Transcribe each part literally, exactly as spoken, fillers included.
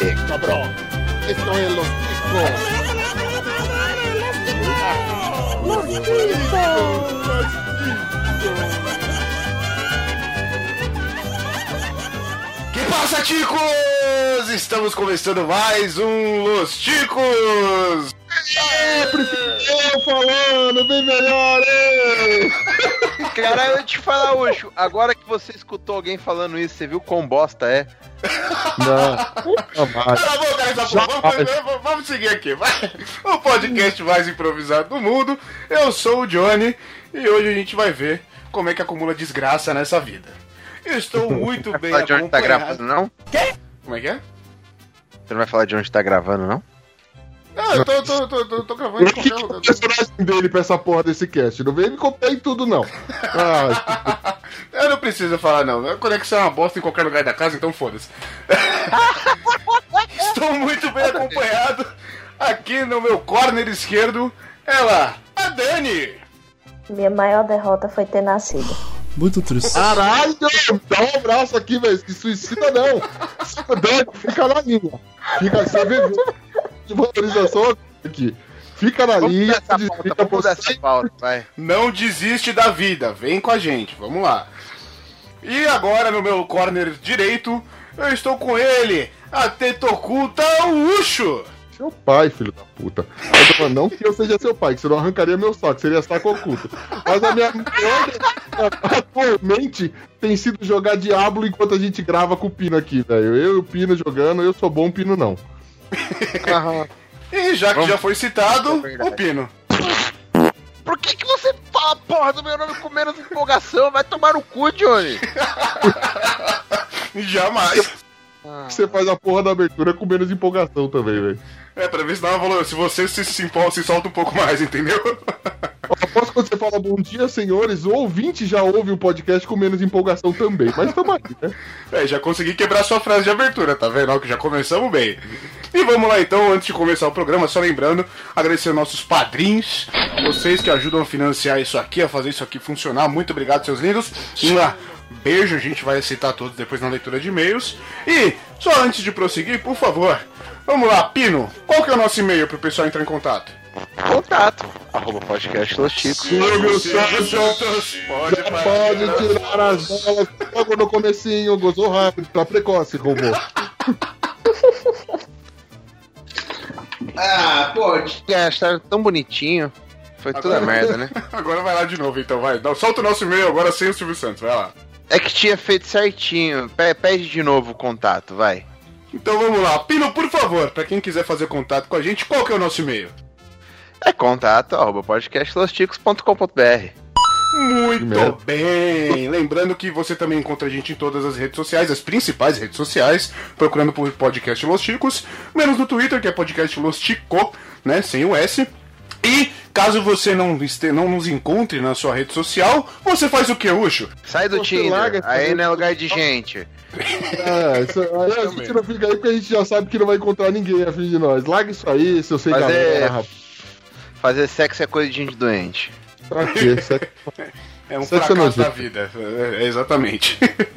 cabrón. Esto es Los Ticos. Los Ticos. Los Ticos. Que passa, ticos? Estamos começando mais um Los Ticos. É, prefiro eu falando, bem melhor, hein? Cara, eu te falar, Ucho, agora que você escutou alguém falando isso, você viu quão bosta é? Não, Cala a boca nessa porra, vamos, vamos, vamos seguir aqui, vai. O podcast mais improvisado do mundo. Eu sou o Johnny e hoje a gente vai ver como é que acumula desgraça nessa vida. Eu estou muito Vai bem falar de onde tá acompanhado. gravando, não? Quê? Como é que é? Você não vai falar de onde tá gravando, não? Ah, eu tô, tô, tô, tô, tô gravando em O que qualquer que é lugar. o personagem dele pra essa porra desse cast? Não vem me contar em tudo, não. Ah, Eu não preciso falar, não. A conexão é uma bosta em qualquer lugar da casa, então foda-se. Estou muito bem acompanhado. Aqui no meu corner esquerdo, ela, a Dani. Minha maior derrota foi ter nascido. Muito triste. caralho! Dá um abraço aqui, velho. Que suicida não. Dani, fica na linha. Fica sem ver de valorização aqui. Fica na Vamos linha. mudar essa pauta, vamos mudar essa pauta, vai. Não desiste da vida, vem com a gente, vamos lá. E agora no meu corner direito, eu estou com ele, a teta oculta, o Ucho. Seu pai, filho da puta. Eu tô falando, não que eu seja seu pai, que senão arrancaria meu saco, seria saco oculto. Mas a minha maior atualmente tem sido jogar Diablo enquanto a gente grava com o Pino aqui, velho. Eu e o Pino jogando, eu sou bom, o Pino não. Aham. E já que Vamos. já foi citado, É verdade. o Pino. Por que que você fala porra do meu nome com menos empolgação? Vai tomar no cu, Johnny. Jamais. Você faz a porra da abertura com menos empolgação também, velho. É, pra ver se dá uma valor. Se você se, se, empol- se solta um pouco mais, entendeu? Após quando você fala bom dia, senhores, o ouvinte já ouve o podcast com menos empolgação também. Mas tamo aqui, né? É, já consegui quebrar sua frase de abertura, tá vendo? Ó, que já começamos bem. E vamos lá então, antes de começar o programa, só lembrando, agradecer aos nossos padrinhos, vocês que ajudam a financiar isso aqui, a fazer isso aqui funcionar. Muito obrigado, seus lindos. Vamos lá. Beijo, a gente vai citar todos depois na leitura de e-mails. E, só antes de prosseguir, por favor, vamos lá, Pino, qual que é o nosso e-mail pro pessoal entrar em contato? Contato. Arroba podcast Los Ticos. Silvio Santos, pode, já pode tirar as bolas logo no comecinho, gozou rápido, tá precoce, robô. Ah, pô, tá tão bonitinho. Foi tudo a merda, né? Agora vai lá de novo, então, vai. Dá- Solta o nosso e-mail agora sem o Silvio Santos, vai lá. É que tinha feito certinho. Pe- Pede de novo o contato, vai. Então vamos lá. Pino, por favor, pra quem quiser fazer contato com a gente, qual que é o nosso e-mail? É contato, arroba podcastlosticos ponto com ponto br. Muito Primeiro. bem! Lembrando que você também encontra a gente em todas as redes sociais, as principais redes sociais, procurando por Podcast Los Ticos, menos no Twitter, que é Podcast Los Tico, né, sem o S. E caso você não, este, não nos encontre na sua rede social, você faz o que, Ucho? Sai do Você larga Tinder, essa aí rede não é lugar de gente. É, isso, aí a gente não fica aí porque a gente já sabe que não vai encontrar ninguém a fim de nós. Larga isso aí, seu sem Fazer- galera, rapaz. Fazer sexo é coisa de gente doente. Pra quê? Isso é- É um Sexo é fracasso nojento. da vida, é, é exatamente.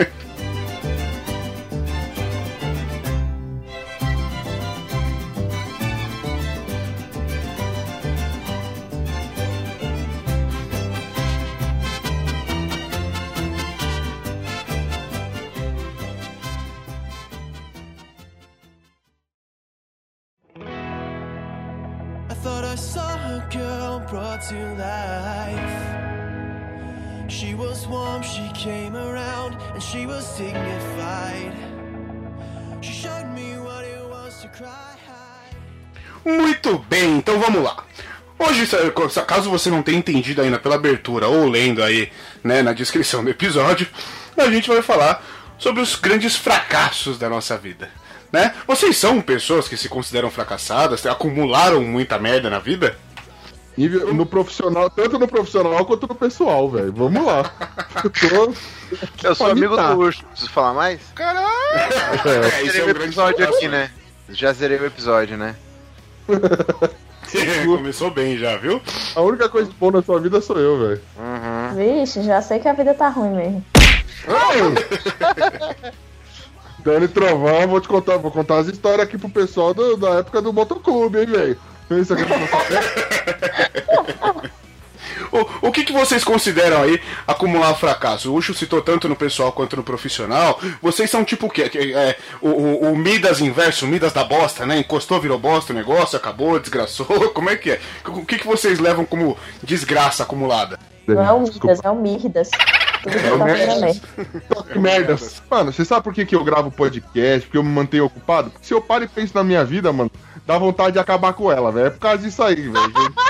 I thought I saw a girl brought to life. She was warm, she came around, and she was dignified. She showed me what it was to cry high. Muito bem, então vamos lá. Hoje, se- caso você não tenha entendido ainda pela abertura ou lendo aí, né, na descrição do episódio, a gente vai falar sobre os grandes fracassos da nossa vida, né? Vocês são pessoas que se consideram fracassadas, acumularam muita merda na vida? Nível- no profissional, tanto no profissional quanto no pessoal, velho. Vamos lá. Eu tô- Eu sou Pode amigo tá. do Urso, preciso falar mais? Caralho! É, É, isso Zerei é o um grande episódio fracasso. aqui, né? Já zerei o episódio, né? Começou bem já, viu? a única coisa boa na sua vida sou eu, velho. Uhum. Vixe, já sei que a vida tá ruim mesmo. Dani Trovão, vou te contar, vou contar as histórias aqui pro pessoal do, da época do motoclube, hein, velho? Isso aqui não O, o que, que vocês consideram aí acumular fracasso? O Ucho citou tanto no pessoal quanto no profissional. Vocês são tipo o quê? É, o, o, o Midas inverso, o Midas da bosta, né? Encostou, virou bosta o negócio, acabou, desgraçou. Como é que é? O que, que vocês levam como desgraça acumulada? Não é o Midas, é o Mirdas. Tudo É o tá Mirdas. vendo Que merda. Mano, você sabe por que, que eu gravo podcast? Porque eu me mantenho ocupado? Se eu paro e penso na minha vida, mano, dá vontade de acabar com ela, velho. É por causa disso aí, velho.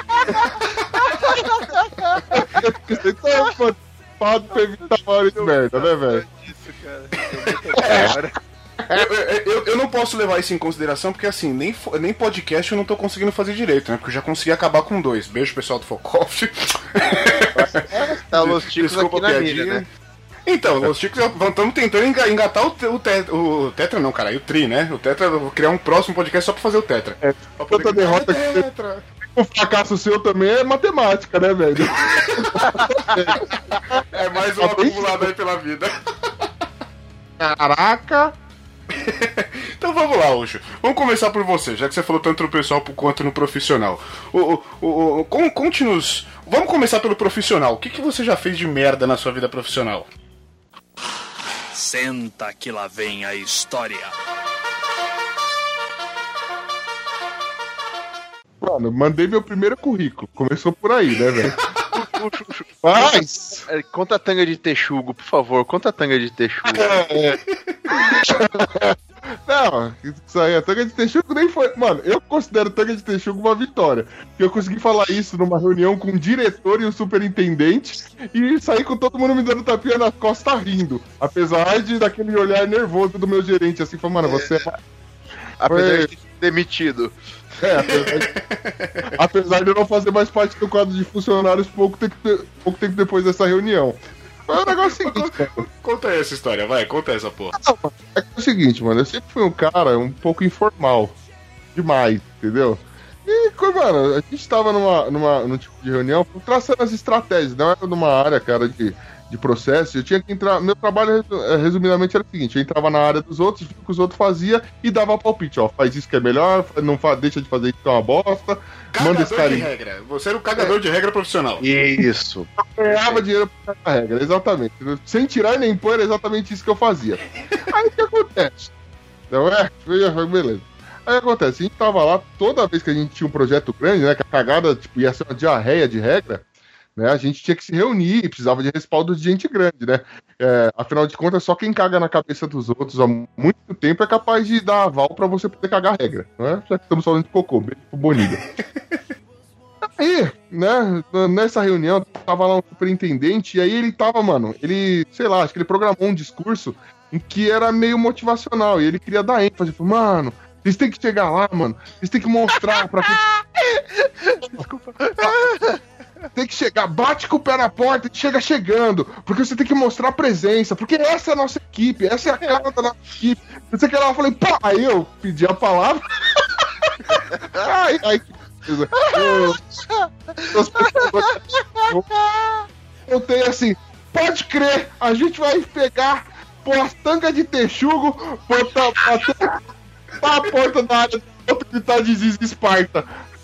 Você tá ocupado pra evitar maiores merda, né, velho? Isso, cara. Eu, eu, eu não posso levar isso em consideração porque, assim, nem, fo- nem podcast eu não tô conseguindo fazer direito, né? Porque eu já consegui acabar com dois. Beijo, pessoal do Focoff. Tá Los Ticos aqui na mira, né? Então, Los Ticos, estamos tentando enga- engatar o, te- o, te- o Tetra, não, cara, o Tri, né? O Tetra, eu vou criar um próximo podcast só pra fazer o Tetra. É, Pra poder tanta gritar, derrota que você- Tetra. O fracasso seu também é matemática, né, velho? É mais um acumulado aí pela vida. Caraca! Então vamos lá, Ucho. Vamos começar por você, já que você falou tanto no pessoal quanto no profissional. O, o, o, o, con- conte-nos. Vamos começar pelo profissional. O que, que você já fez de merda na sua vida profissional? Senta que lá vem a história. Mano, mandei meu primeiro currículo. Começou por aí, né, velho? Mas... É, conta a tanga de texugo, por favor. Conta a tanga de texugo. É. Não, isso aí, a tanga de texugo nem foi. Mano, eu considero tanga de texugo uma vitória. Porque eu consegui falar isso numa reunião com o diretor e o superintendente e sair com todo mundo me dando tapinha na costa rindo. Apesar de daquele olhar nervoso do meu gerente, assim, falando, mano, você é. Apesar de ter sido demitido. É, apesar de, apesar de eu não fazer mais parte do quadro de funcionários pouco tempo, pouco tempo depois dessa reunião. Foi o negócio seguinte, cara. Conta aí essa história, vai, conta essa porra. É que é o seguinte, mano, eu sempre fui um cara um pouco informal. Demais, entendeu? E, mano, a gente tava numa, numa, num tipo de reunião traçando as estratégias, não era numa área, cara, de, de processo. Eu tinha que entrar. Meu trabalho, resumidamente, era o seguinte: eu entrava na área dos outros, via o que os outros faziam e dava palpite, ó. Faz isso que é melhor, não fa, deixa de fazer isso que é uma bosta. Manda esse Cagador cara de regra. Você era o cagador de regra profissional. Isso. ganhava dinheiro pra pagar a regra, exatamente. Sem tirar nem pôr, era exatamente isso que eu fazia. Aí o que acontece? Então é, beleza. Aí acontece, a gente tava lá, toda vez que a gente tinha um projeto grande, né, que a cagada tipo, ia ser uma diarreia de regra, né, a gente tinha que se reunir e precisava de respaldo de gente grande, né. É, afinal de contas, só quem caga na cabeça dos outros há muito tempo é capaz de dar aval pra você poder cagar a regra, né, já que estamos falando de cocô, beijo pro Bonilha. Aí, né, nessa reunião, tava lá um superintendente, e aí ele tava, mano, ele, sei lá, acho que ele programou um discurso em que era meio motivacional, e ele queria dar ênfase, falou, mano, vocês têm que chegar lá, mano, vocês têm que mostrar pra quem... Desculpa. Tem que chegar, bate com o pé na porta e chega chegando, porque você tem que mostrar presença, porque essa é a nossa equipe, essa é a cara da nossa equipe. Não sei o que lá, eu falei, pá, aí eu pedi a palavra, aí, aí Eu, eu, eu tenho assim, pode crer, a gente vai pegar, pôr as tangas de texugo, botar até a porta da área do outro que tá de Ziz Esparta.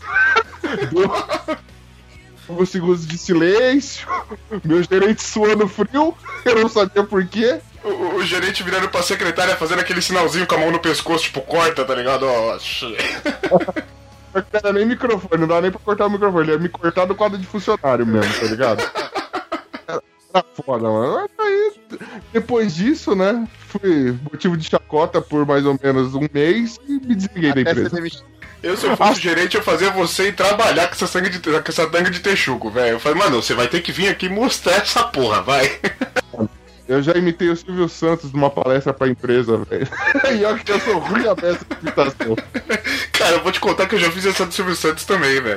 Alguns segundos de silêncio, meu gerente suando frio, eu não sabia por quê. O, o gerente virando pra secretária fazendo aquele sinalzinho com a mão no pescoço, tipo, corta, tá ligado? Ó, Não era nem microfone, não dá nem pra cortar o microfone, ele ia me cortar do quadro de funcionário mesmo, tá ligado? Era, era foda, mano. Aí, depois disso, né, fui motivo de chacota por mais ou menos um mês e me desliguei da empresa. Eu, se eu fosse ah. gerente, eu fazia você ir trabalhar com essa, sangue de, com essa tanga de texugo, velho. Eu falei, mano, você vai ter que vir aqui mostrar essa porra, vai. Eu já imitei o Silvio Santos numa palestra pra empresa, velho. E olha que eu sou ruim a peça de imitação. Cara, eu vou te contar que eu já fiz essa do Silvio Santos também, velho.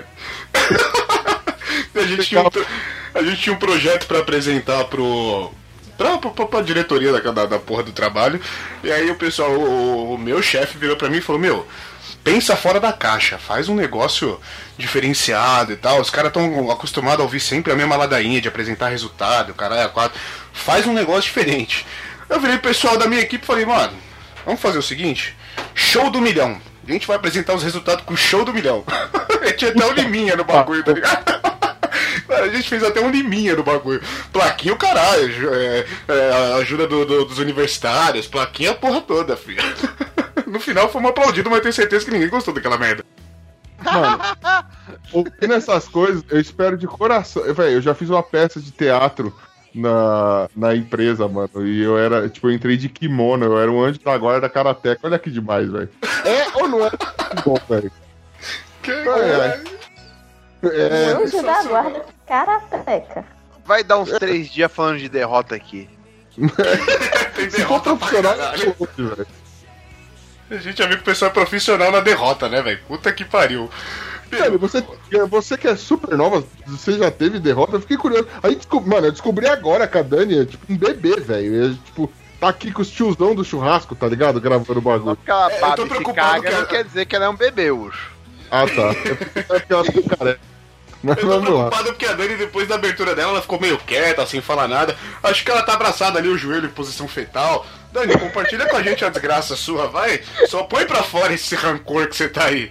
a, gente tinha um, a gente tinha um projeto pra apresentar pro... Pra, pra, pra diretoria da, da, da porra do trabalho. E aí o pessoal, o, o meu chefe virou pra mim e falou, meu... Pensa fora da caixa, faz um negócio diferenciado e tal. Os caras estão acostumados a ouvir sempre a mesma ladainha de apresentar resultado, caralho, quatro. Faz um negócio diferente. Eu virei pro pessoal da minha equipe e falei, mano, Vamos fazer o seguinte: show do milhão. A gente vai apresentar os resultados com o show do milhão. A gente tinha até um liminha no bagulho, tá ligado? A gente fez até um liminha no bagulho. Plaquinha o caralho, é, é, ajuda do, do, dos universitários, plaquinha a porra toda, filho. No final fomos aplaudidos, mas tenho certeza que ninguém gostou daquela merda. Mano, ouvindo essas coisas, eu espero de coração. Velho, eu já fiz uma peça de teatro na, na empresa, mano. E eu era, tipo, eu entrei de kimono, eu era um anjo da guarda karateca. Olha que demais, velho. É ou não é? Bom, velho. Que é, é, O anjo da guarda karateca. Vai dar uns três dias falando de derrota aqui. Tem se for derrota pra profissional, caralho. eu vou, velho. A gente já viu que o pessoal é profissional na derrota, né, velho? Puta que pariu. Velho, você, você que é super nova, você já teve derrota? Eu fiquei curioso. Aí, descob... mano, eu descobri agora que a Dani é tipo um bebê, velho. É, tipo, tá aqui com os tiozão do churrasco, tá ligado? Gravando o Só bagulho. porque ela Eu tô bate e se preocupado caga, que não a- quer dizer que ela é um bebê, Ucho. Ah, tá. É porque ela tá careca. Mas Eu tô vamos lá. preocupado porque a Dani, depois da abertura dela, ela ficou meio quieta, sem falar nada. Acho que ela tá abraçada ali, o joelho em posição fetal. Dani, compartilha com a gente a desgraça sua, vai. Só põe pra fora esse rancor que você tá aí.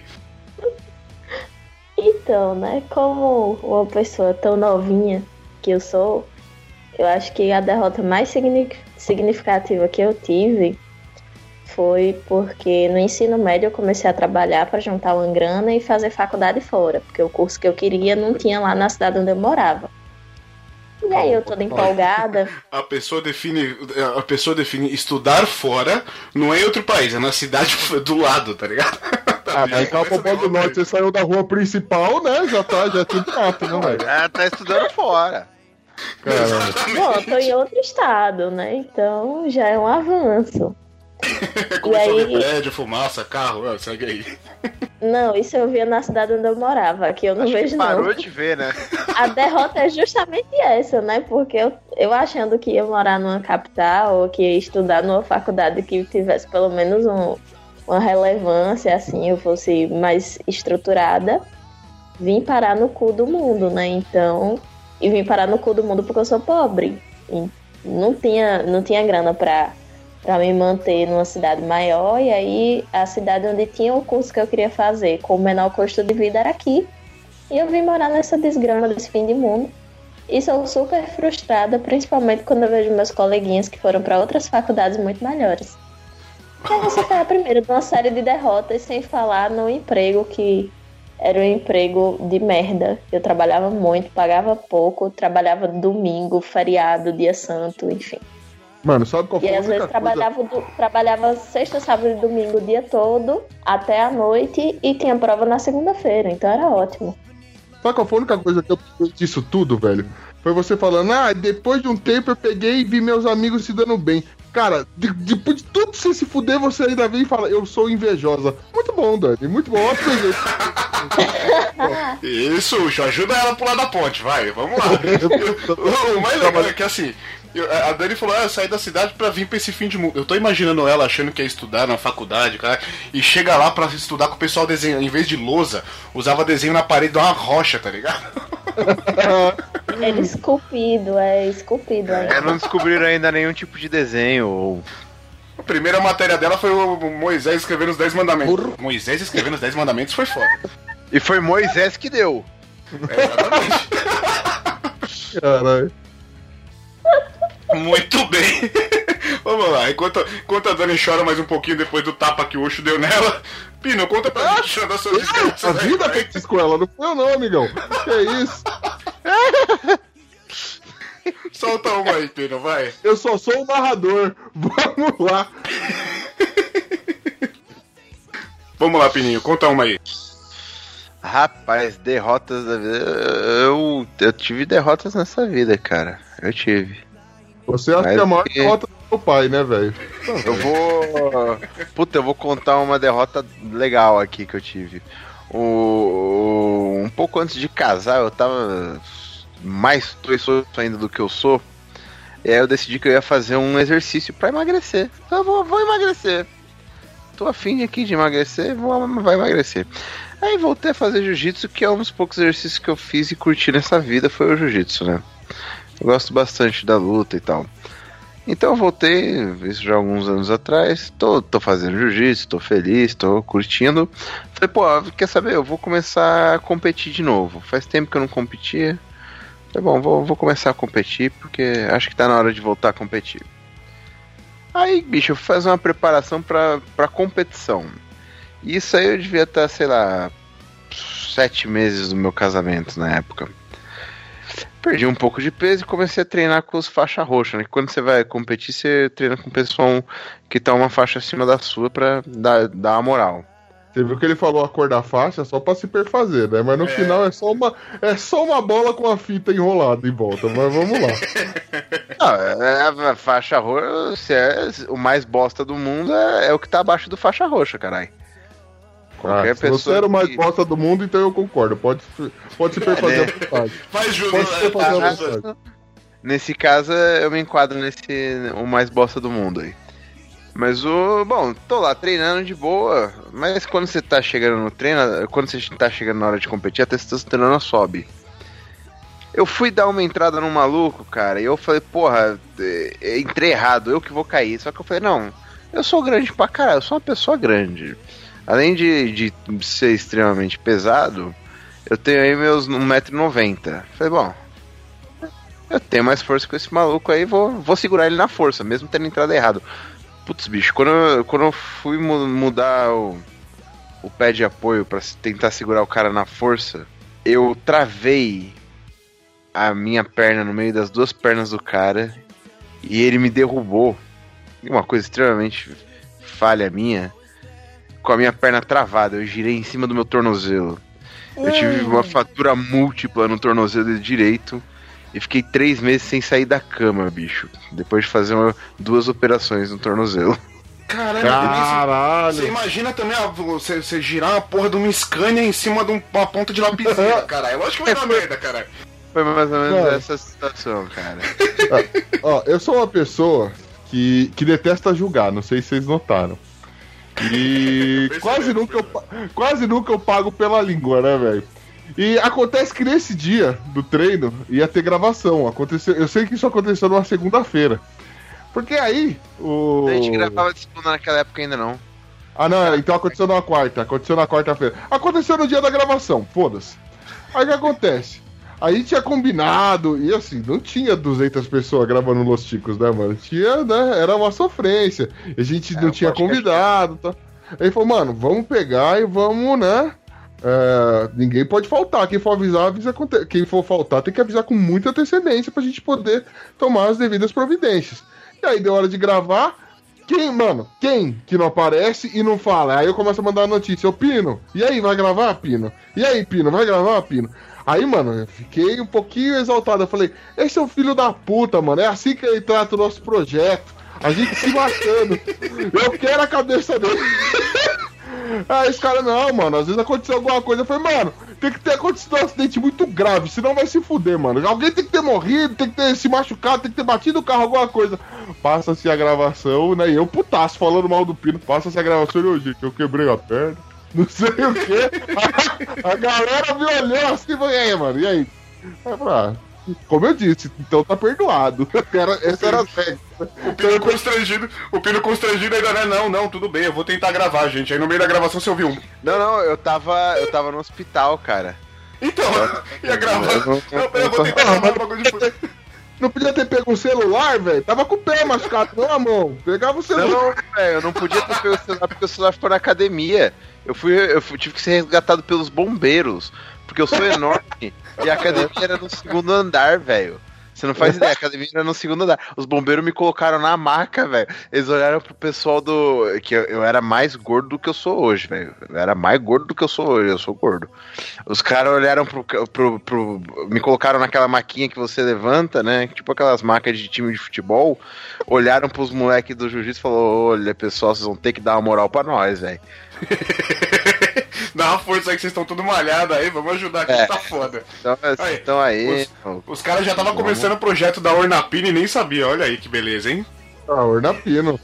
Então, né, como uma pessoa tão novinha que eu sou, eu acho que a derrota mais signi- significativa que eu tive foi porque no ensino médio eu comecei a trabalhar para juntar uma grana e fazer faculdade fora, porque o curso que eu queria não tinha lá na cidade onde eu morava. E aí eu toda empolgada. A pessoa define. A pessoa define estudar fora, não é em outro país, é na cidade do lado, tá ligado? Ah, mas Calpa do Norte, você saiu da rua principal, né? Já tá, já é tudo mato, né, velho? Ela tá estudando fora. Caramba. Bom, eu tô em outro estado, né? Então já é um avanço. Começou E a ver aí- prédio, fumaça, carro, ó, segue aí. Não, isso eu via na cidade onde eu morava, aqui eu não Acho que vejo parou não. de ver, né? A derrota é justamente essa, né? Porque eu, eu achando que ia morar numa capital ou que ia estudar numa faculdade que tivesse pelo menos um, uma relevância, assim, eu fosse mais estruturada, vim parar no cu do mundo, né? Então, e vim parar no cu do mundo porque eu sou pobre. E não tinha, não tinha grana pra, pra me manter numa cidade maior, e aí a cidade onde tinha o curso que eu queria fazer com o menor custo de vida era aqui. E eu vim morar nessa desgrama desse fim de mundo. E sou super frustrada, principalmente quando eu vejo meus coleguinhas que foram para outras faculdades muito melhores. E aí você foi a primeira de uma série de derrotas, sem falar no emprego que era um emprego de merda. Eu trabalhava muito, pagava pouco, trabalhava domingo, feriado, dia santo, enfim. Mano, sabe qual E foi a às vezes única coisa? trabalhava, do- trabalhava sexta, sábado e domingo o dia todo, até a noite, e tinha prova na segunda-feira, então era ótimo. Sabe qual foi a única coisa que eu peguei disso tudo, velho? Foi você falando, ah, depois de um tempo eu peguei e vi meus amigos se dando bem. Cara, de- depois de tudo você se fuder, você ainda vem e fala, eu sou invejosa. Muito bom, Dani, muito bom. Ótimo exemplo. Isso, Ucho, ajuda ela a pular da ponte, vai, vamos lá. O mais legal é que assim, eu- a Dani falou, ah, eu saí da cidade pra vir pra esse fim de mundo. Eu tô imaginando ela achando que ia estudar na faculdade, cara, e chega lá pra estudar com o pessoal desenho, em vez de lousa, usava desenho na parede de uma rocha, tá ligado? Ele esculpido, é esculpido. É, É. não descobriram ainda nenhum tipo de desenho ou... A primeira matéria dela foi o Moisés escrevendo os dez mandamentos. Moisés escrevendo os dez mandamentos foi foda. E foi Moisés que deu. É, exatamente. Caralho. Muito bem. Vamos lá, enquanto, enquanto a Dani chora mais um pouquinho depois do tapa que o Osho deu nela, Pino, conta pra gente das suas A desgraças aí, vida vai. fez com ela, não foi eu não, amigão. Que isso? Solta uma aí, Pino, vai. Eu só sou o narrador. Vamos lá. Vamos lá, Pininho, conta uma aí. Rapaz, derrotas da vida. Eu, eu tive derrotas nessa vida, cara. Eu tive. Você acha Mas que é a maior que- derrota do seu pai, né, velho? Eu vou. Puta, eu vou contar uma derrota legal aqui que eu tive. O... Um pouco antes de casar, eu tava mais traiçoso ainda do que eu sou. E aí eu decidi que eu ia fazer um exercício pra emagrecer. Então eu vou, vou emagrecer. Tô afim aqui de emagrecer, vou, vai emagrecer. Aí voltei a fazer jiu-jitsu, que é um dos poucos exercícios que eu fiz e curti nessa vida, foi o jiu-jitsu, né? Eu gosto bastante da luta e tal. Então eu voltei, isso já há alguns anos atrás, tô, tô fazendo jiu-jitsu, tô feliz, tô curtindo. Falei, pô, quer saber, eu vou começar a competir de novo. Faz tempo que eu não competia. Falei, bom, vou, vou começar a competir, porque acho que tá na hora de voltar a competir. Aí, bicho, eu fui fazer uma preparação pra, pra competição. E isso aí eu devia estar, sei lá, sete meses do meu casamento na época. Perdi um pouco de peso e comecei a treinar com os faixa roxa, né? Quando você vai competir, você treina com o pessoal que tá uma faixa acima da sua pra dar, dar uma moral. Você viu que ele falou a cor da faixa só pra se perfazer, né? Mas no é. final é só, uma, é só uma bola com a fita enrolada em volta, mas vamos lá. Não, a faixa roxa, se é o mais bosta do mundo, é, é o que tá abaixo do faixa roxa, caralho. Ah, se você era o mais que... bosta do mundo, então eu concordo. Pode, pode se perfazer à vontade. Faz jus, pode se perfazer à vontade. Nesse caso, eu me enquadro nesse o mais bosta do mundo aí. Mas o... Bom, tô lá treinando de boa, mas quando você tá chegando no treino, quando você tá chegando na hora de competir, a testosterona sobe. Eu fui dar uma entrada no maluco, cara, e eu falei, porra, entrei errado, eu que vou cair. Só que eu falei, não, eu sou grande pra caralho, eu sou uma pessoa grande. Além de, de ser extremamente pesado, eu tenho aí meus um metro e noventa. Falei, bom, eu tenho mais força com esse maluco aí, vou, vou segurar ele na força, mesmo tendo entrado errado. Putz, bicho, quando eu, quando eu fui mudar o, o pé de apoio pra tentar segurar o cara na força, eu travei a minha perna no meio das duas pernas do cara e ele me derrubou. Uma coisa extremamente falha minha. Com a minha perna travada, eu girei em cima do meu tornozelo. Eu tive uma fratura múltipla no tornozelo direito e fiquei três meses sem sair da cama, bicho. Depois de fazer uma, duas operações no tornozelo. Caralho, Caralho. Você imagina também a, você, você girar uma porra de uma Scania em cima de uma ponta de lapiseira, caralho. Lógico que vai dar merda, cara. Foi mais ou menos cara. essa situação, cara. Ah, ó, eu sou uma pessoa que, que detesta julgar, não sei se vocês notaram. E quase nunca, eu, quase nunca eu pago pela língua, né, velho? E acontece que nesse dia do treino ia ter gravação. Aconteceu, eu sei que isso aconteceu numa segunda-feira. Porque aí o. A gente gravava de segunda naquela época ainda não. Ah, não, então aconteceu na quarta. Aconteceu na quarta-feira. Aconteceu no dia da gravação, foda-se. Aí o que acontece? A gente tinha combinado, e assim, não tinha duzentas pessoas gravando Los Ticos, né, mano? Tinha, né? Era uma sofrência. A gente é, não tinha convidado, tá? Aí falou, mano, vamos pegar e vamos, né? É, ninguém pode faltar. Quem for avisar, avisa. Quem for faltar, tem que avisar com muita antecedência pra gente poder tomar as devidas providências. E aí deu hora de gravar. Quem, mano, quem que não aparece e não fala? Aí eu começo a mandar a notícia, ô Pino, e aí, vai gravar, Pino? E aí, Pino, vai gravar, Pino? Aí, mano, eu fiquei um pouquinho exaltado. Eu falei, esse é o filho da puta, mano. É assim que ele trata o nosso projeto. A gente se matando. Eu quero a cabeça dele. Aí esse cara, não, mano, às vezes aconteceu alguma coisa. Eu falei, mano, tem que ter acontecido um acidente muito grave, senão vai se fuder, mano. Alguém tem que ter morrido, tem que ter se machucado, tem que ter batido o carro, alguma coisa. Passa-se a gravação, né? E eu, putaço, falando mal do Pino, passa-se a gravação e eu, gente, eu quebrei a perna. Não sei o que. A, a galera me olhou assim e falou, e aí, mano, e aí? Aí eu falei, ah, como eu disse, então tá perdoado. Era, essa era a regra. O Pino constrangido, o Pino constrangido ainda, né? Não, não, tudo bem, eu vou tentar gravar, gente. Aí no meio da gravação você ouviu um. Não, não, eu tava, eu tava no hospital, cara. Então, eu ia gravar. Não, não, eu vou tentar gravar um bagulho de. Não podia ter pego o celular, velho? Tava com o pé machucado, não a mão. Pegava o celular. Não, velho, eu não podia ter pego o celular porque o celular ficou na academia. Eu fui, eu fui, tive que ser resgatado pelos bombeiros. Porque eu sou enorme e a academia era no segundo andar, velho. Você não faz ideia, a academia era no segundo andar. Os bombeiros me colocaram na maca, velho. Eles olharam pro pessoal do... Que eu, eu era mais gordo do que eu sou hoje, velho. Eu era mais gordo do que eu sou hoje, eu sou gordo. Os caras olharam pro, pro, pro... Me colocaram naquela maquinha que você levanta, né? Tipo aquelas macas de time de futebol. Olharam pros moleques do jiu-jitsu e falaram, olha, pessoal, vocês vão ter que dar uma moral pra nós, velho. Dá uma força aí que vocês estão tudo malhados aí, vamos ajudar aqui, é. Tá foda. Então aí. Então aí os, os caras já estavam começando o projeto da Ornapino e nem sabia, olha aí que beleza, hein? Ah, Ornapino.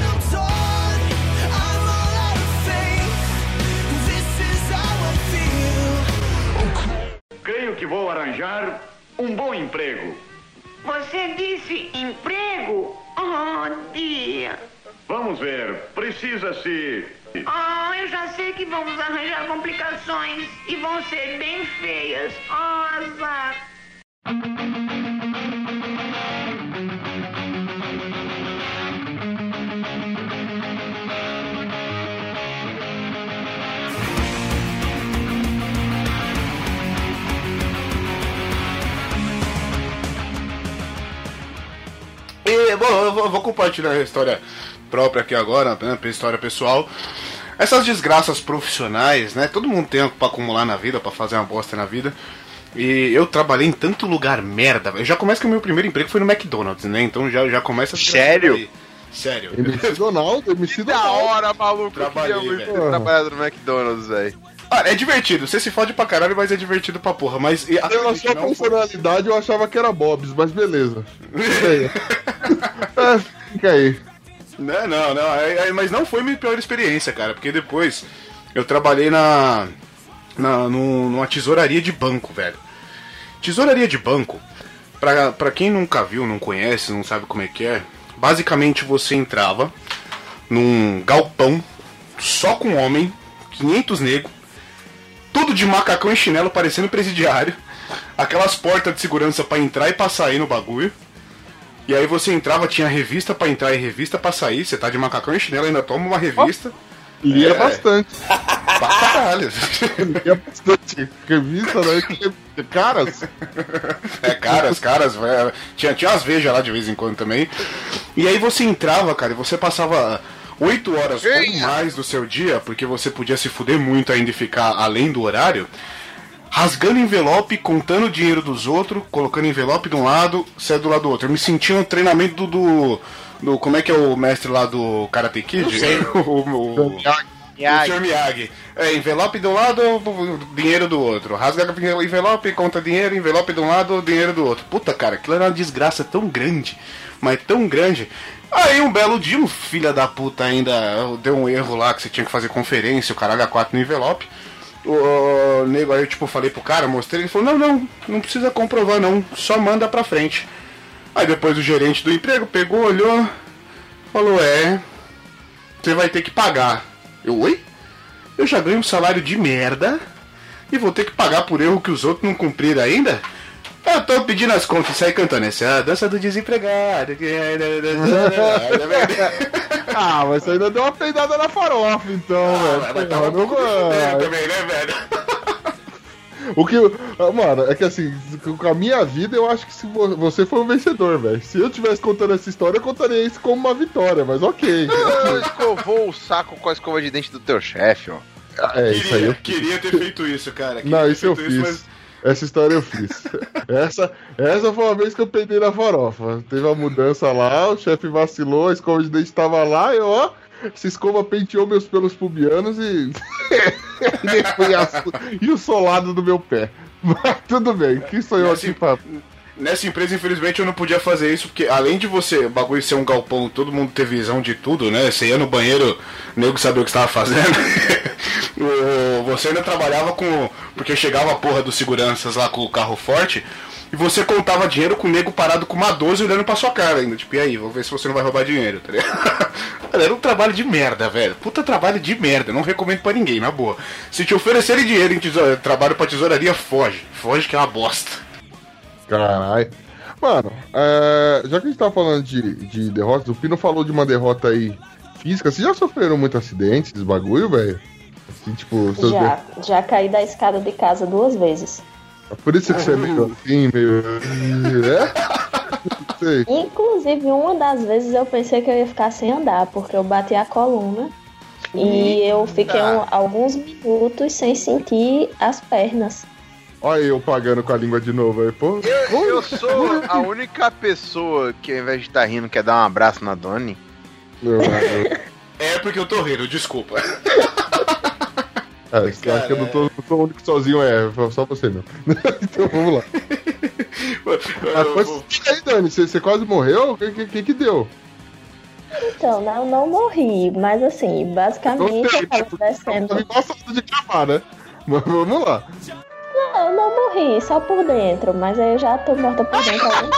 This is how I feel. que vou arranjar um bom emprego. Você disse emprego? Oh, dia. Vamos ver, precisa-se... Oh, eu já sei que vamos arranjar complicações e vão ser bem feias. Oh, azar. E, bom, eu vou, eu vou compartilhar a história própria aqui agora, né, pra história pessoal. Essas desgraças profissionais, né? Todo mundo tem algo pra acumular na vida, pra fazer uma bosta na vida. E eu trabalhei em tanto lugar merda. Eu já começa que o meu primeiro emprego foi no McDonald's, né? Então já, já começa... Sério? Aí. Sério. M C Donaldo, M C Que da Donaldo. hora, maluco. Trabalhei, eu queria muito velho. ter trabalhado no McDonald's, velho. Ah, é divertido. Você se fode pra caralho, mas é divertido pra porra. Mas... e, Pela assim, sua não foi- personalidade, eu achava que era Bob's, mas beleza. Fica aí. É, fica aí. Não, não, não. É, é, mas não foi minha pior experiência, cara. Porque depois eu trabalhei na, na num- numa tesouraria de banco, velho. Tesouraria de banco, pra, pra quem nunca viu, não conhece, não sabe como é que é, basicamente você entrava num galpão só com homem, quinhentos negros, tudo de macacão e chinelo parecendo presidiário, aquelas portas de segurança pra entrar e pra sair no bagulho. E aí você entrava, tinha revista pra entrar e revista pra sair, você tá de macacão e chinelo, ainda toma uma revista. Lia É. bastante. Pra caralho. Lia bastante. Revista, né? Que- Caras. É, caras, caras, velho. Tinha, tinha umas vejas lá de vez em quando também. E aí você entrava, cara, e você passava oito horas ou mais do seu dia, porque você podia se fuder muito ainda e ficar além do horário, rasgando envelope, contando o dinheiro dos outros, colocando envelope de um lado, cédula do lado do outro. Eu me sentia no treinamento do, do, do... Como é que é o mestre lá do Karate Kid? o, o, o senhor Miyagi. É, envelope de um lado, dinheiro do outro. Rasga envelope, conta dinheiro, envelope de um lado, dinheiro do outro. Puta, cara, aquilo era uma desgraça tão grande, mas tão grande. Aí um belo dia, um filho da puta ainda deu um erro lá, que você tinha que fazer conferência, o caralho a quatro no envelope. O, o nego, aí eu tipo falei pro cara, mostrei, ele falou, não, não, não precisa comprovar não, só manda pra frente. Aí depois o gerente do emprego pegou, olhou, falou, é, você vai ter que pagar. Eu, oi? Eu já ganho um salário de merda e vou ter que pagar por erro que os outros não cumpriram ainda? Eu tô pedindo as contas e saí cantando essa é a dança do desempregado. Ah, mas você ainda deu uma peidada na farofa, então, Ah, velho. mas tava um pouco fudendo também, né, velho? O que. Mano, é que assim, com a minha vida, eu acho que se vo- você foi um vencedor, velho. Se eu tivesse contando essa história, eu contaria isso como uma vitória, mas ok. Você escovou o saco com a escova de dente do teu chefe, ó. É, isso aí Queria, eu queria ter feito isso, cara. Queria Não, ter isso eu feito fiz. mas- Essa história eu fiz. Essa, essa foi uma vez que eu peidei na farofa. Teve uma mudança lá, o chefe vacilou, a escova de dente tava lá, eu, ó, essa escova penteou meus pelos pubianos e. e, a- e o solado do meu pé. Mas tudo bem, que sou eu Assim, aqui pra. Nessa empresa, infelizmente, eu não podia fazer isso, porque além de você, o bagulho ser um galpão, todo mundo ter visão de tudo, né? Você ia no banheiro, o nego sabia o que estava fazendo. O- você ainda trabalhava com. Porque chegava a porra dos seguranças lá com o carro forte, e você contava dinheiro com o nego parado com uma doze olhando pra sua cara ainda. Tipo, e aí, vou ver se você não vai roubar dinheiro, tá ligado? Era um trabalho de merda, velho. Puta trabalho de merda, não recomendo pra ninguém, na boa. Se te oferecerem dinheiro em tesoura, trabalho pra tesouraria, foge. Foge que é uma bosta. Caralho. Mano, é, já que a gente tá falando de, de derrotas, o Pino falou de uma derrota aí física. Vocês já sofreram muito acidente, esse bagulho, velho? Assim, tipo, seus Já, já caí da escada de casa duas vezes. der- Por isso que você é meio assim, meio. É? Sei. Inclusive, uma das vezes eu pensei que eu ia ficar sem andar, porque eu bati a coluna. E eu fiquei um- alguns minutos sem sentir as pernas. Olha eu pagando com a língua de novo aí, pô. Eu, eu sou a única pessoa que, ao invés de estar rindo, quer dar um abraço na Doni. Meu, mano. É porque eu tô rindo, desculpa. É, você acha que eu não tô, não tô o único sozinho, é, foi só você não. Então vamos lá. Ah, mas, e aí, Dani, você, você quase morreu? O que, que, que que deu? Então, não, não morri, mas assim, basicamente eu tava descendo. Tava embaçado de cravar, né? Mas vamos lá. Não, eu não morri morri, só por dentro, mas aí eu já tô morta por dentro ali.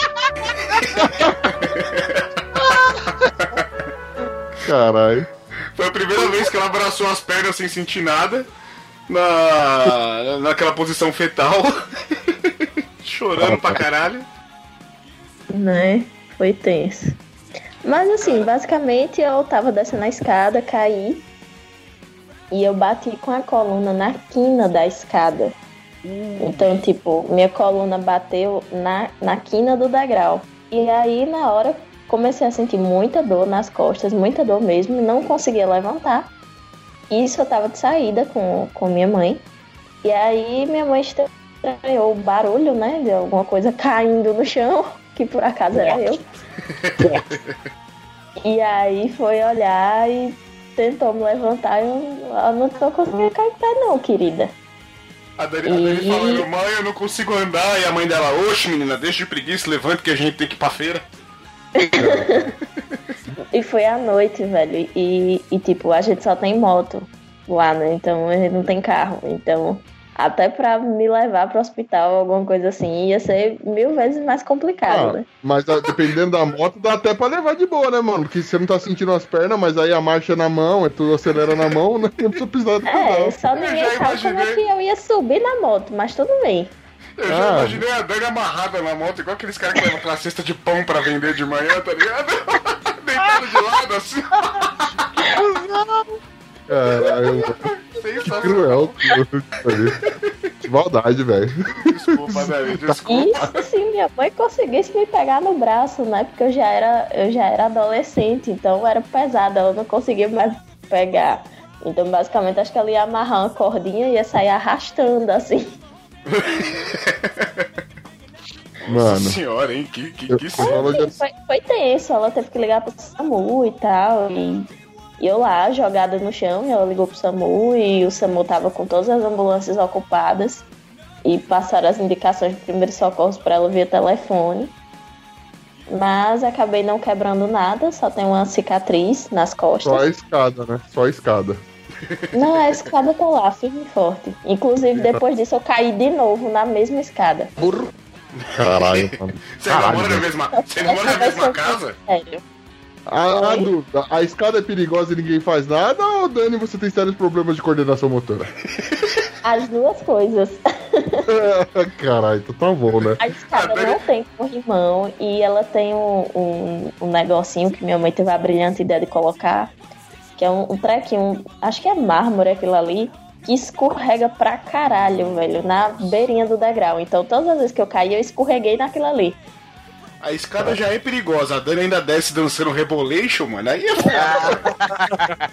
Caralho. Foi a primeira vez que ela abraçou as pernas sem sentir nada. Na, naquela posição fetal. Chorando pra caralho. Né? Foi tenso. Mas assim, basicamente eu tava descendo a escada, caí. E eu bati com a coluna na quina da escada. Então, tipo, minha coluna bateu na, na quina do degrau. E aí, na hora, comecei a sentir muita dor nas costas, muita dor mesmo, e não conseguia levantar. Isso eu tava de saída com, com minha mãe. E aí, minha mãe estranhou o barulho, né, de alguma coisa caindo no chão, que por acaso era eu. E aí, foi olhar e tentou me levantar e eu, eu não tô conseguindo cair não, querida. A Dani, a Dani falando, mãe, eu não consigo andar. E a mãe dela, oxe, menina, deixa de preguiça, levanta que a gente tem que ir pra feira. E foi à noite, velho. E, e tipo, a gente só tem moto lá, né? Então a gente não tem carro. Então, até pra me levar pro hospital, alguma coisa assim, ia ser mil vezes mais complicado, Ah, né? mas ah, dependendo da moto, dá até pra levar de boa, né, mano? Porque você não tá sentindo as pernas, mas aí a marcha é na mão, é tudo acelera na mão, né? Não precisa precisar de É, pedal. só ninguém sabe como é que eu ia subir na moto, mas tudo bem. Eu já Ah. imaginei a Dani amarrada na moto, igual aqueles caras que levam aquela cesta de pão pra vender de manhã, tá ligado? Deitado de lado, assim. Caralho, que cruel. Que maldade, velho. Desculpa, Dani, desculpa. Isso se minha mãe conseguisse me pegar no braço, né? Porque eu já era, eu já era adolescente, então era pesada, ela não conseguia mais pegar. Então, basicamente, acho que ela ia amarrar uma cordinha e ia sair arrastando, assim. Mano. Nossa senhora, hein? Que, que, que Eu- eu- Assim, foi, foi tenso, ela teve que ligar pro SAMU e tal, e, e eu lá, jogada no chão, e ela ligou pro SAMU, e o SAMU tava com todas as ambulâncias ocupadas, e passaram as indicações de primeiros socorros pra ela via telefone, mas acabei não quebrando nada, só tem uma cicatriz nas costas. Só a escada, né? Só a escada. Não, a escada tá lá, firme e forte. Inclusive, depois disso, eu caí de novo na mesma escada. Caralho, mano. Você ainda Caralho, mora na velho. mesma, você ainda mora na Vai mesma ser casa? sério. A, a dúvida, a escada é perigosa e ninguém faz nada, ou Dani, você tem sérios problemas de coordenação motora? As duas coisas. Caralho, então tá bom, né? A escada não tem corrimão e ela tem um, um, um negocinho que minha mãe teve a brilhante ideia de colocar, que é um, um trequinho, acho que é mármore aquilo ali, que escorrega pra caralho, velho, na beirinha do degrau. Então todas as vezes que eu caí, eu escorreguei naquilo ali. A escada já é perigosa, a Dani ainda desce dançando Rebolation, mano. Aí é foda.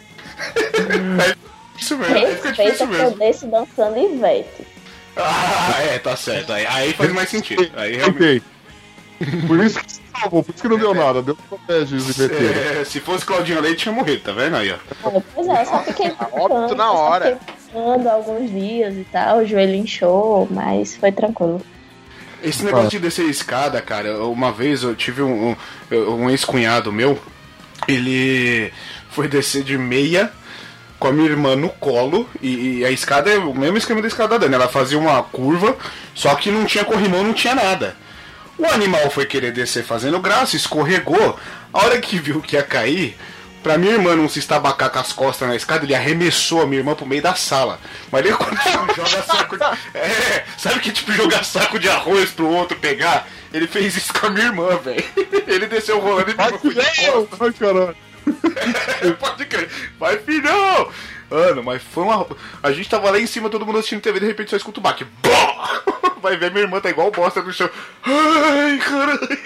É isso mesmo, aí fica Respeita difícil que eu mesmo. desço dançando Ivete. Ah, é, tá certo. Aí, aí faz mais sentido. Aí realmente. Ok. Por isso que se salvou, por isso que não deu nada, deu proteges e meteram. É, se fosse Claudinha Leite, tinha morrido, tá vendo aí, ó? Ah, Pois é, eu só fiquei Óbito na eu só hora. fiquei ficando alguns dias e tal, o joelho inchou, mas foi tranquilo. Esse negócio de descer a escada, cara, uma vez eu tive um, um, um ex-cunhado meu, ele foi descer de meia com a minha irmã no colo, e, e a escada é o mesmo esquema da escada da Dani, ela fazia uma curva, só que não tinha corrimão, não tinha nada. O animal foi querer descer fazendo graça, escorregou, a hora que viu que ia cair, pra minha irmã não se estabacar com as costas na escada, ele arremessou a minha irmã pro meio da sala. Mas ele quando joga saco de... É, sabe que tipo jogar saco de arroz pro outro pegar? Ele fez isso com a minha irmã, velho. Ele desceu rolando e minha irmã foi de costas. Ai, caralho. Pode crer. Vai, filhão! Mano, mas foi uma... A gente tava lá em cima, todo mundo assistindo T V, de repente só escuta o baque. Bó! Vai ver, minha irmã tá igual bosta no chão. Ai, caralho.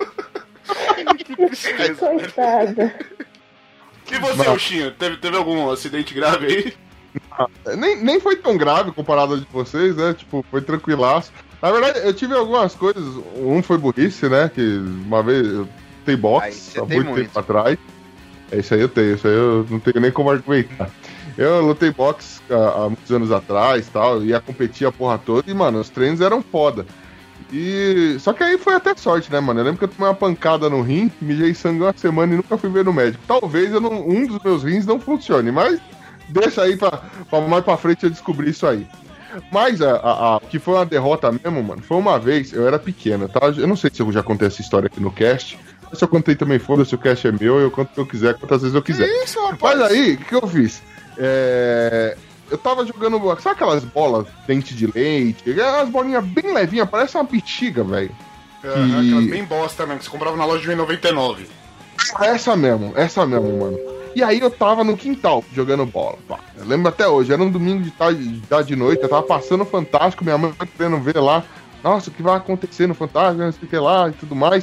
Que tristeza. Coitada. E você, Não. Oxinho, teve, teve algum acidente grave aí? Nem, nem foi tão grave comparado ao de vocês, né? Tipo, foi tranquilaço. Na verdade, eu tive algumas coisas. Um foi burrice, né? Que uma vez eu tenho Aí boxe você há tem muito muito. tempo atrás. É isso aí eu tenho, isso aí eu não tenho nem como argumentar. Eu lutei boxe há, há muitos anos atrás tal, ia competir a porra toda e, mano, os treinos eram foda. E. Só que aí foi até sorte, né, mano? Eu lembro que eu tomei uma pancada no rim, mijei sangue uma semana e nunca fui ver no médico. Talvez eu não, um dos meus rins não funcione, mas deixa aí pra, pra mais pra frente eu descobrir isso aí. Mas a, a, a que foi uma derrota mesmo, mano, foi uma vez, eu era pequeno, tá? Eu não sei se eu já contei essa história aqui no cast. Mas se eu contei também, foda-se, o cast é meu, eu conto o que eu quiser, quantas vezes eu quiser. Isso, mas aí, o que eu fiz? É... Eu tava jogando, sabe aquelas bolas dente de leite? As bolinhas bem levinhas, parece uma bexiga, velho. Uhum, que... Aquelas bem bosta mesmo, que você comprava na loja de um real e noventa e nove. Essa mesmo, essa mesmo, mano. E aí eu tava no quintal, jogando bola. Pá. Eu lembro até hoje, era um domingo de tarde, já de noite, eu tava passando o Fantástico, minha mãe querendo ver lá. Nossa, o que vai acontecer no Fantástico, não sei o que lá e tudo mais.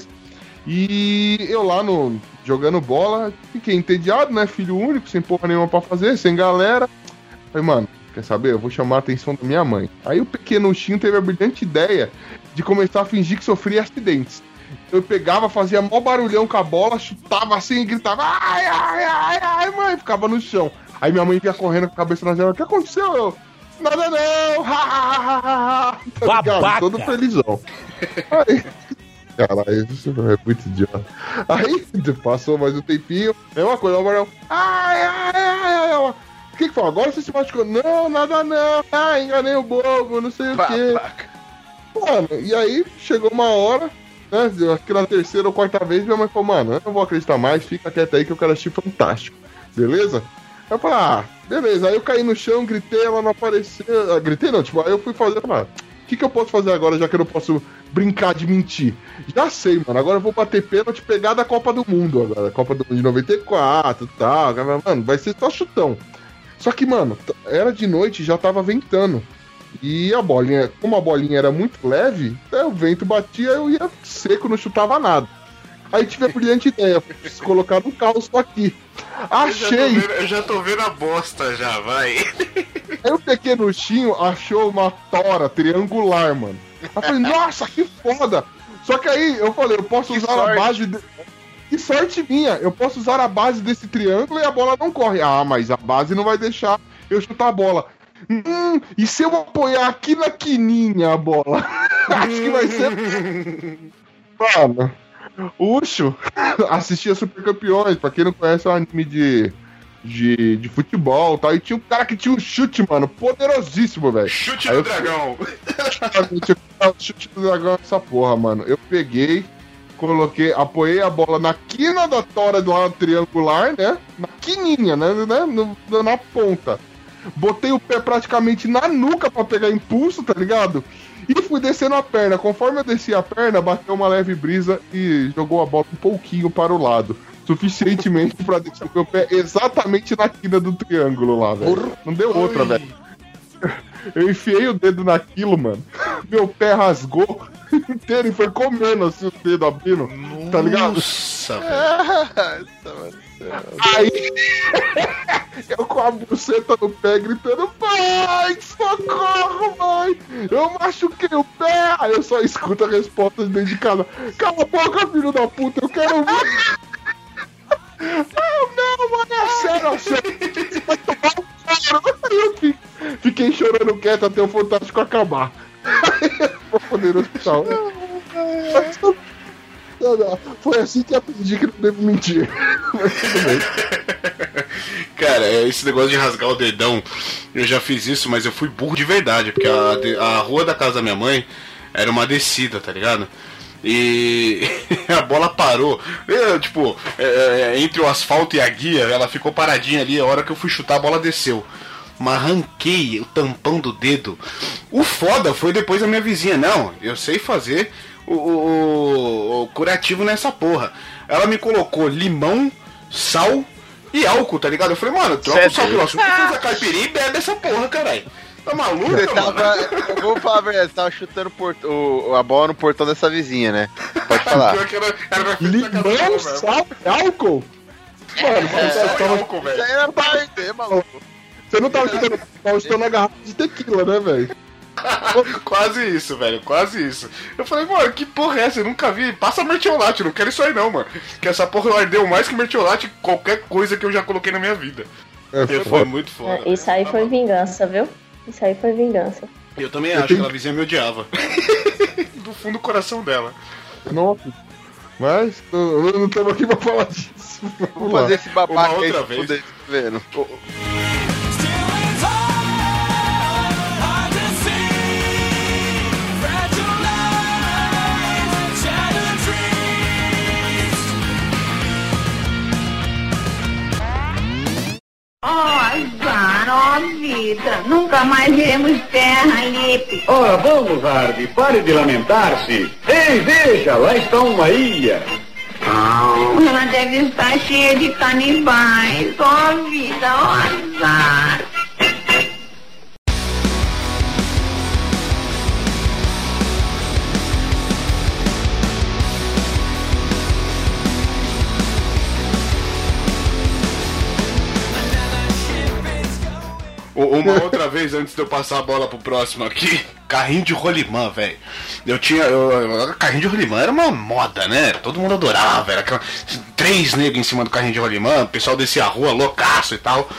E eu lá no jogando bola, fiquei entediado, né? Filho único, sem porra nenhuma pra fazer, sem galera. Falei, mano, quer saber? Eu vou chamar a atenção da minha mãe. Aí o pequenuchinho teve a brilhante ideia de começar a fingir que sofria acidentes. Eu pegava, fazia mó barulhão com a bola, chutava assim e gritava, ai, ai, ai, ai, mãe, ficava no chão. Aí minha mãe vinha correndo com a cabeça na janela, o que aconteceu? Eu, nada não, ha, ha, ha, ha, tá ligado? Todo felizão. Aí, caralho, isso é muito idiota. Aí, passou mais um tempinho, mesma coisa, o barulhão, ai, ai, ai, ai, o que que foi? Agora você se machucou? Não, nada não, ai, enganei o bobo, não sei o quê. Mano, e aí, chegou uma hora, né, acho que na terceira ou quarta vez, minha mãe falou, mano, eu não vou acreditar mais, fica quieto aí que eu quero assistir Fantástico, beleza? Aí eu falei, ah, beleza, aí eu caí no chão, gritei, ela não apareceu, ah, gritei não, tipo, aí eu fui fazer, falei, ah, o que que eu posso fazer agora, já que eu não posso brincar de mentir? Já sei, mano, agora eu vou bater pênalti, pegar da Copa do Mundo agora, Copa do Mundo de noventa e quatro e tal, mano, vai ser só chutão. Só que, mano, era de noite, já tava ventando. E a bolinha, como a bolinha era muito leve, né, o vento batia, eu ia seco, não chutava nada. Aí tive a brilhante ideia, colocar um calço aqui. Achei! Eu já, vendo, eu já tô vendo a bosta já, vai. Aí o pequenuchinho achou uma tora triangular, mano. Aí eu falei, nossa, que foda! Só que aí eu falei, eu posso Que usar sorte. a base... De... Que sorte minha! Eu posso usar a base desse triângulo e a bola não corre. Ah, mas a base não vai deixar eu chutar a bola. Hum, e se eu apoiar aqui na quininha a bola? Acho que vai ser... Mano, Ucho assistia Super Campeões, pra quem não conhece é um anime de, de, de futebol e tal, e tinha um cara que tinha um chute, mano, poderosíssimo, velho. Chute Aí do eu- dragão. Chute do dragão, essa porra, mano. Eu peguei, coloquei, apoiei a bola na quina da tora do lado triangular, né? Na quininha, né? né? No- no- na ponta. Botei o pé praticamente na nuca pra pegar impulso, tá ligado? E fui descendo a perna. Conforme eu desci a perna, bateu uma leve brisa e jogou a bola um pouquinho para o lado. Suficientemente pra deixar o meu pé exatamente na quina do triângulo lá, velho. Não deu outra, velho. Eu enfiei o dedo naquilo, mano. Meu pé rasgou inteiro e foi comendo assim o dedo abrindo. Tá ligado? Nossa, velho. Aí eu com a buceta no pé gritando, pai, socorro, mãe! Eu machuquei o pé! Aí eu só escuto a resposta de dentro de casa. Cala a boca, filho da puta, eu quero ver! Ah, não, mano, é sério, é sério! Você vai tomar um cara! Aí eu fi- fiquei chorando quieto até o Fantástico acabar. Aí eu vou poder ir no hospital. Foi assim que aprendi que não devo mentir. Mas tudo bem. Cara, é, esse negócio de rasgar o dedão, eu já fiz isso, mas eu fui burro de verdade, porque a, de- a rua da casa da minha mãe era uma descida, tá ligado? E a bola parou. Eu, tipo, é, é, entre o asfalto e a guia, ela ficou paradinha ali. A hora que eu fui chutar, a bola desceu. Mas arranquei o tampão do dedo. O foda foi depois a minha vizinha. Não, eu sei fazer o, o- o curativo nessa porra. Ela me colocou limão, sal e álcool, tá ligado? Eu falei, mano, troca o Sério? sal pelo açúcar, faz a caipirinha e bebe essa porra, caralho. Tá maluco, Você mano? tava. Eu vou falar a verdade, você tava chutando port- o- a bola no portão dessa vizinha, né? Pode falar. Pior que era, era na frente da casa dela, Limão, velho. sal e álcool? Mano, É, você, sal e tava, álcool, Isso velho. aí era pra perder, maluco. você não tava chutando, tava chutando a garrafa de tequila, né, velho? Quase isso, velho, quase isso. Eu falei, mano, que porra é essa? Eu nunca vi. Passa mertiolate, eu não quero isso aí não, mano. Que essa porra ardeu mais que mertiolate qualquer coisa que eu já coloquei na minha vida. É, Foi foda. muito foda. É, isso aí foi vingança, viu? Isso aí foi vingança. Eu também acho que aquela vizinha me odiava. Do fundo do coração dela. Nossa. Mas eu não estamos aqui pra falar disso. Vou Vamos lá. fazer esse babaca Uma aí, outra se vez. fuder, vendo. Still it's hard, hard to vida. Nunca mais veremos terra, Lipe. Ora, vamos, Hardy, pare de lamentar-se. Ei, veja, lá está uma ilha. Ela deve estar cheia de canibais. Ó vida, ó azar. Uma outra vez, antes de eu passar a bola pro próximo aqui, carrinho de rolimã, velho. Eu tinha. Eu, eu, carrinho de rolimã era uma moda, né? Todo mundo adorava. Era aquela, três negros em cima do carrinho de rolimã, o pessoal descia a rua loucaço e tal.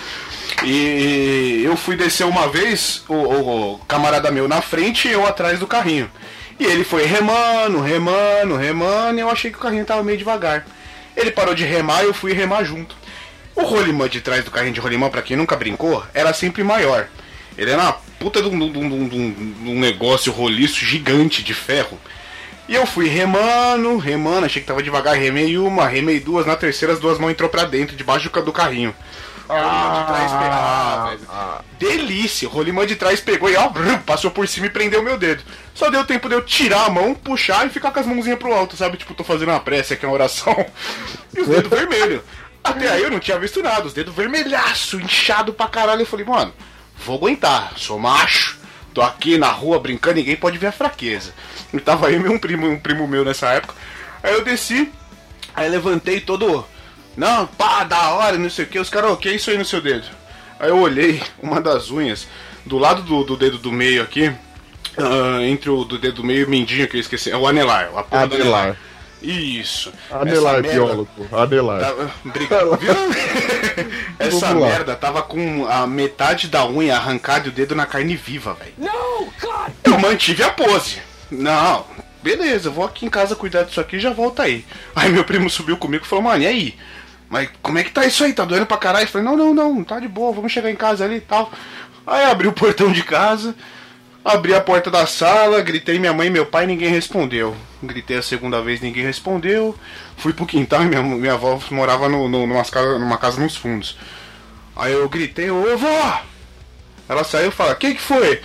E eu fui descer uma vez, o, o, o camarada meu na frente e eu atrás do carrinho. E ele foi remando, remando, remando, e eu achei que o carrinho tava meio devagar. Ele parou de remar e eu fui remar junto. O rolimã de trás do carrinho de rolimã, pra quem nunca brincou, era sempre maior. Ele era uma puta de um, de um, de um, de um negócio roliço gigante de ferro. E eu fui remando, remando, achei que tava devagar, remei uma, remei duas, na terceira as duas mãos entrou pra dentro, debaixo do carrinho. O rolimã de trás pegou. Ah, ah, delícia! O rolimã de trás pegou e ó, passou por cima e prendeu meu dedo. Só deu tempo de eu tirar a mão, puxar e ficar com as mãozinhas pro alto, sabe? Tipo, tô fazendo uma prece aqui, uma oração. E os dedos vermelhos. Até aí eu não tinha visto nada, os dedos vermelhaço, inchado pra caralho. Eu falei, mano, vou aguentar, sou macho, tô aqui na rua brincando, ninguém pode ver a fraqueza. E tava aí um primo, um primo meu nessa época. Aí eu desci, aí levantei todo, não, pá, da hora, não sei o que. Os caras, o que é isso aí no seu dedo? Aí eu olhei uma das unhas, do lado do, do dedo do meio aqui, uh, entre o do dedo do meio e o mindinho que eu esqueci, é o anelar, a porra do anelar. Isso. Anelar, biólogo. Anelar. Tava... Obrigado, viu? Essa merda tava com a metade da unha arrancada e o dedo na carne viva, velho. Não, cara! Eu mantive a pose. Não, beleza, eu vou aqui em casa cuidar disso aqui e já volto aí. Aí meu primo subiu comigo e falou, mano, e aí? Mas como é que tá isso aí? Tá doendo pra caralho? Eu falei, não, não, não, tá de boa, vamos chegar em casa ali e tal. Aí abri o portão de casa. Abri a porta da sala, gritei minha mãe e meu pai, ninguém respondeu. Gritei a segunda vez, ninguém respondeu. Fui pro quintal e minha, minha avó morava no, no, numa, casa, numa casa nos fundos. Aí eu gritei, ô vó! Ela saiu e falou, quem que foi?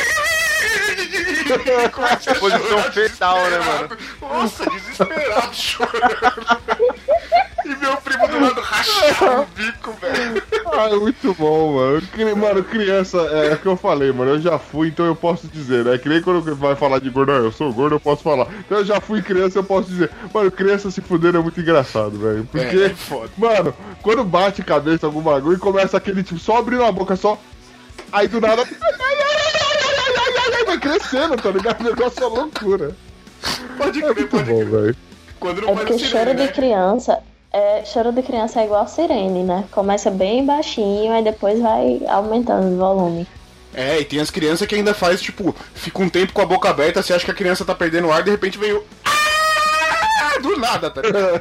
Posição fetal, né, mano? Nossa, desesperado, chorando. E meu primo do lado rachando o bico, velho. Ah, é muito bom, mano. Mano, criança, é, é o que eu falei, mano. Eu já fui, então eu posso dizer, né? Que nem quando vai falar de gordo, eu sou gordo, eu posso falar. Então eu já fui criança, eu posso dizer. Mano, criança se fuder é muito engraçado, velho. Porque, é, é foda. Mano, quando bate cabeça algum bagulho e começa aquele tipo, só abrindo a boca, só. Aí do nada. Vai crescendo, tá ligado? O negócio é loucura. Pode crer, é muito pode bom, velho. Quando não É porque sirene, choro né? de criança. É, choro de criança é igual sirene, né? Começa bem baixinho, aí depois vai aumentando o volume. É, e tem as crianças que ainda faz, tipo, fica um tempo com a boca aberta, você acha que a criança tá perdendo o ar, de repente veio. Ah! Do nada, tá ligado?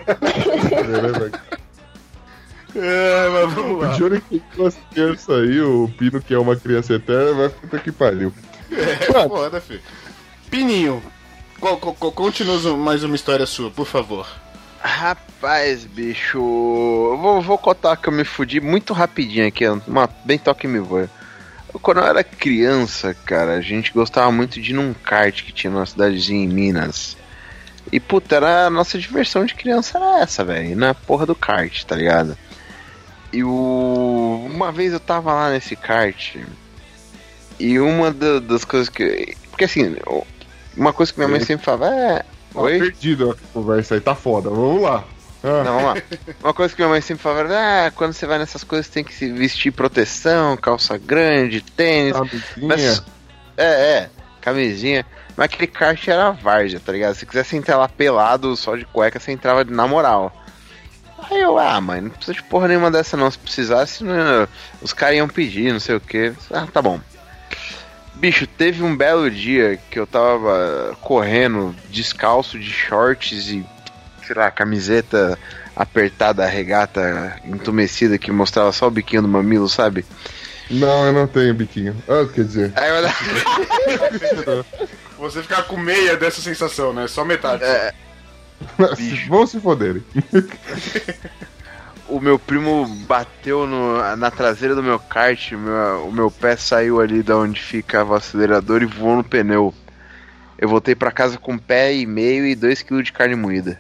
É, mas vamos lá. O Johnny que conseguiu isso aí, o Pino que é uma criança eterna, vai puta que pariu. É, Mano. foda, filho. Pininho, co- co- conte-nos mais uma história sua, por favor. Rapaz, bicho, eu vou, vou contar que eu me fudi muito rapidinho aqui, uma, bem toque me voa. Quando eu era criança, cara, a gente gostava muito de ir num kart que tinha numa cidadezinha em Minas. E puta, era a nossa diversão de criança era essa, velho, na porra do kart, tá ligado? E o... uma vez eu tava lá nesse kart e uma da, das coisas que... Porque assim, uma coisa que minha mãe sempre falava é... Tá Oi? perdido a conversa aí, tá foda, vamos lá. Ah. Não, vamos lá. Uma coisa que minha mãe sempre falava era, ah, quando você vai nessas coisas tem que se vestir proteção, calça grande, tênis. Camisinha. Mas, é, é, camisinha. Mas aquele kart era várzea, tá ligado? Se quisesse entrar lá pelado, só de cueca, você entrava na moral. Aí eu, ah, mãe, não precisa de porra nenhuma dessa não. Se precisasse, não, os caras iam pedir, não sei o que. Ah, tá bom. Bicho, teve um belo dia que eu tava correndo descalço de shorts e, sei lá, camiseta apertada, regata entumecida que mostrava só o biquinho do mamilo, sabe? Não, eu não tenho biquinho. Ah, quer dizer. Aí eu... Você ficar com meia dessa sensação, né? Só metade. É... Vão se foderem. o meu primo bateu no, na traseira do meu kart, o meu, o meu pé saiu ali da onde ficava o acelerador e voou no pneu. Eu voltei pra casa com um pé e meio e dois quilos de carne moída.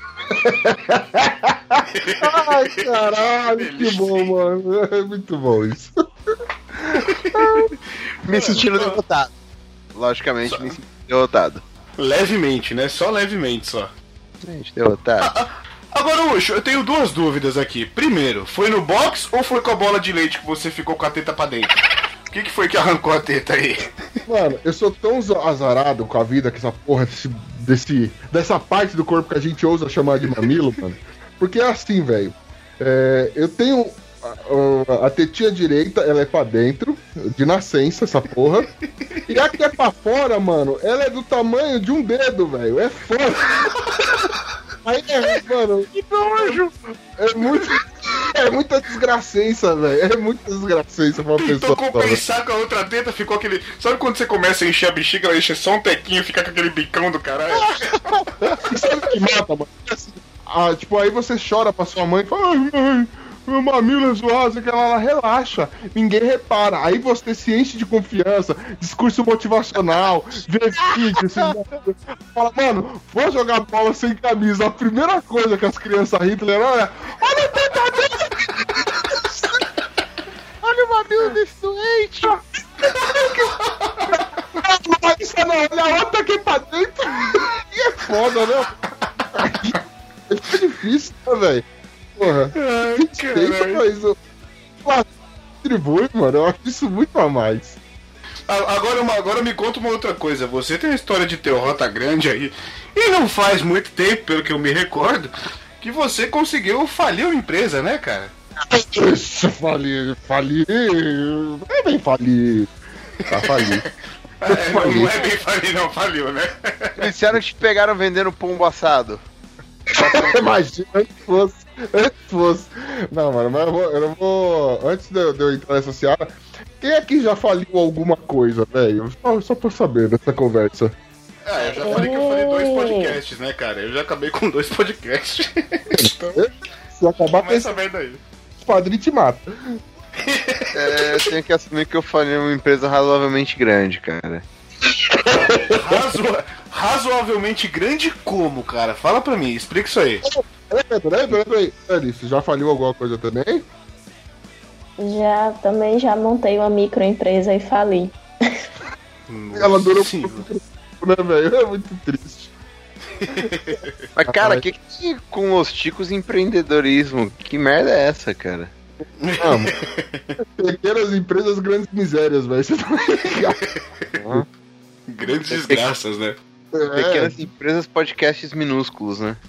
Ai, caralho, que bom, mano. É muito bom isso. Me sentindo derrotado. Logicamente, só... me sentindo derrotado. Levemente, né? Só levemente, só. Gente, derrotado. Ah, ah, agora, Ucho, eu tenho duas dúvidas aqui. Primeiro, foi no box ou foi com a bola de leite que você ficou com a teta pra dentro? O que, que foi que arrancou a teta aí? Mano, eu sou tão azarado com a vida, com essa porra desse, desse, dessa parte do corpo que a gente ousa chamar de mamilo, mano. Porque é assim, velho. É, eu tenho a, a tetinha direita, ela é pra dentro, de nascença, essa porra. E a que é pra fora, mano, ela é do tamanho de um dedo, velho. É foda. Aí, é, mano, que nojo. É muito... É muita desgracença, velho. É muita desgracença pra uma Tentou pessoa. compensar com a outra teta, ficou aquele... Sabe quando você começa a encher a bexiga, ela enche só um tequinho, fica com aquele bicão do caralho? Sabe o que mata, mano? Assim, ah, tipo, aí você chora pra sua mãe e fala: ai, mãe, meu mamilo é zoado, que ela, ela relaxa, ninguém repara. Aí você se enche de confiança, discurso motivacional, vê vídeo, assim, fala, mano, vou jogar bola sem camisa. A primeira coisa que as crianças Hitler olha, olha o tentador! Olha o mamilo desse doente! Isso não, olha a outra aqui pra dentro! E é foda, né? É difícil, né, velho? Porra, ai, caralho. Mas distribui, mano, eu acho isso muito a mais. Agora, uma, agora me conta uma outra coisa. Você tem a história de ter o Rota Grande aí, e não faz muito tempo, pelo que eu me recordo, que você conseguiu falir uma empresa, né, cara? Isso, fali, fali. É bem falir. Tá falir. É, não, não é bem falir, não, faliu, né? Disseram que te pegaram vendendo pombo assado. Imagina, antes fosse, antes fosse. Não, mano, mas eu, vou, eu não vou. Antes de eu, de eu entrar nessa seara, quem aqui já faliu alguma coisa, velho? Só, só pra saber dessa conversa. Ah, eu já falei que eu falei dois podcasts, né, cara? Eu já acabei com dois podcasts. Então, se acabar com essa merda aí. O padrinho te mata. É, eu tenho que assumir que eu falei uma empresa razoavelmente grande, cara. Razo... Razoavelmente grande como, cara? Fala pra mim, explica isso aí. Peraí, peraí, peraí, peraí. Alice, já faliu alguma coisa também? Já, também já montei uma microempresa e fali. Nossa, ela durou sim, pouco, né, velho? É muito triste. Mas, cara, o que que tem com os ticos empreendedorismo? Que merda é essa, cara? Não, pequenas empresas, grandes misérias, velho. Você tá ligado? Grandes desgraças, né? É. Pequenas empresas, podcasts minúsculos, né?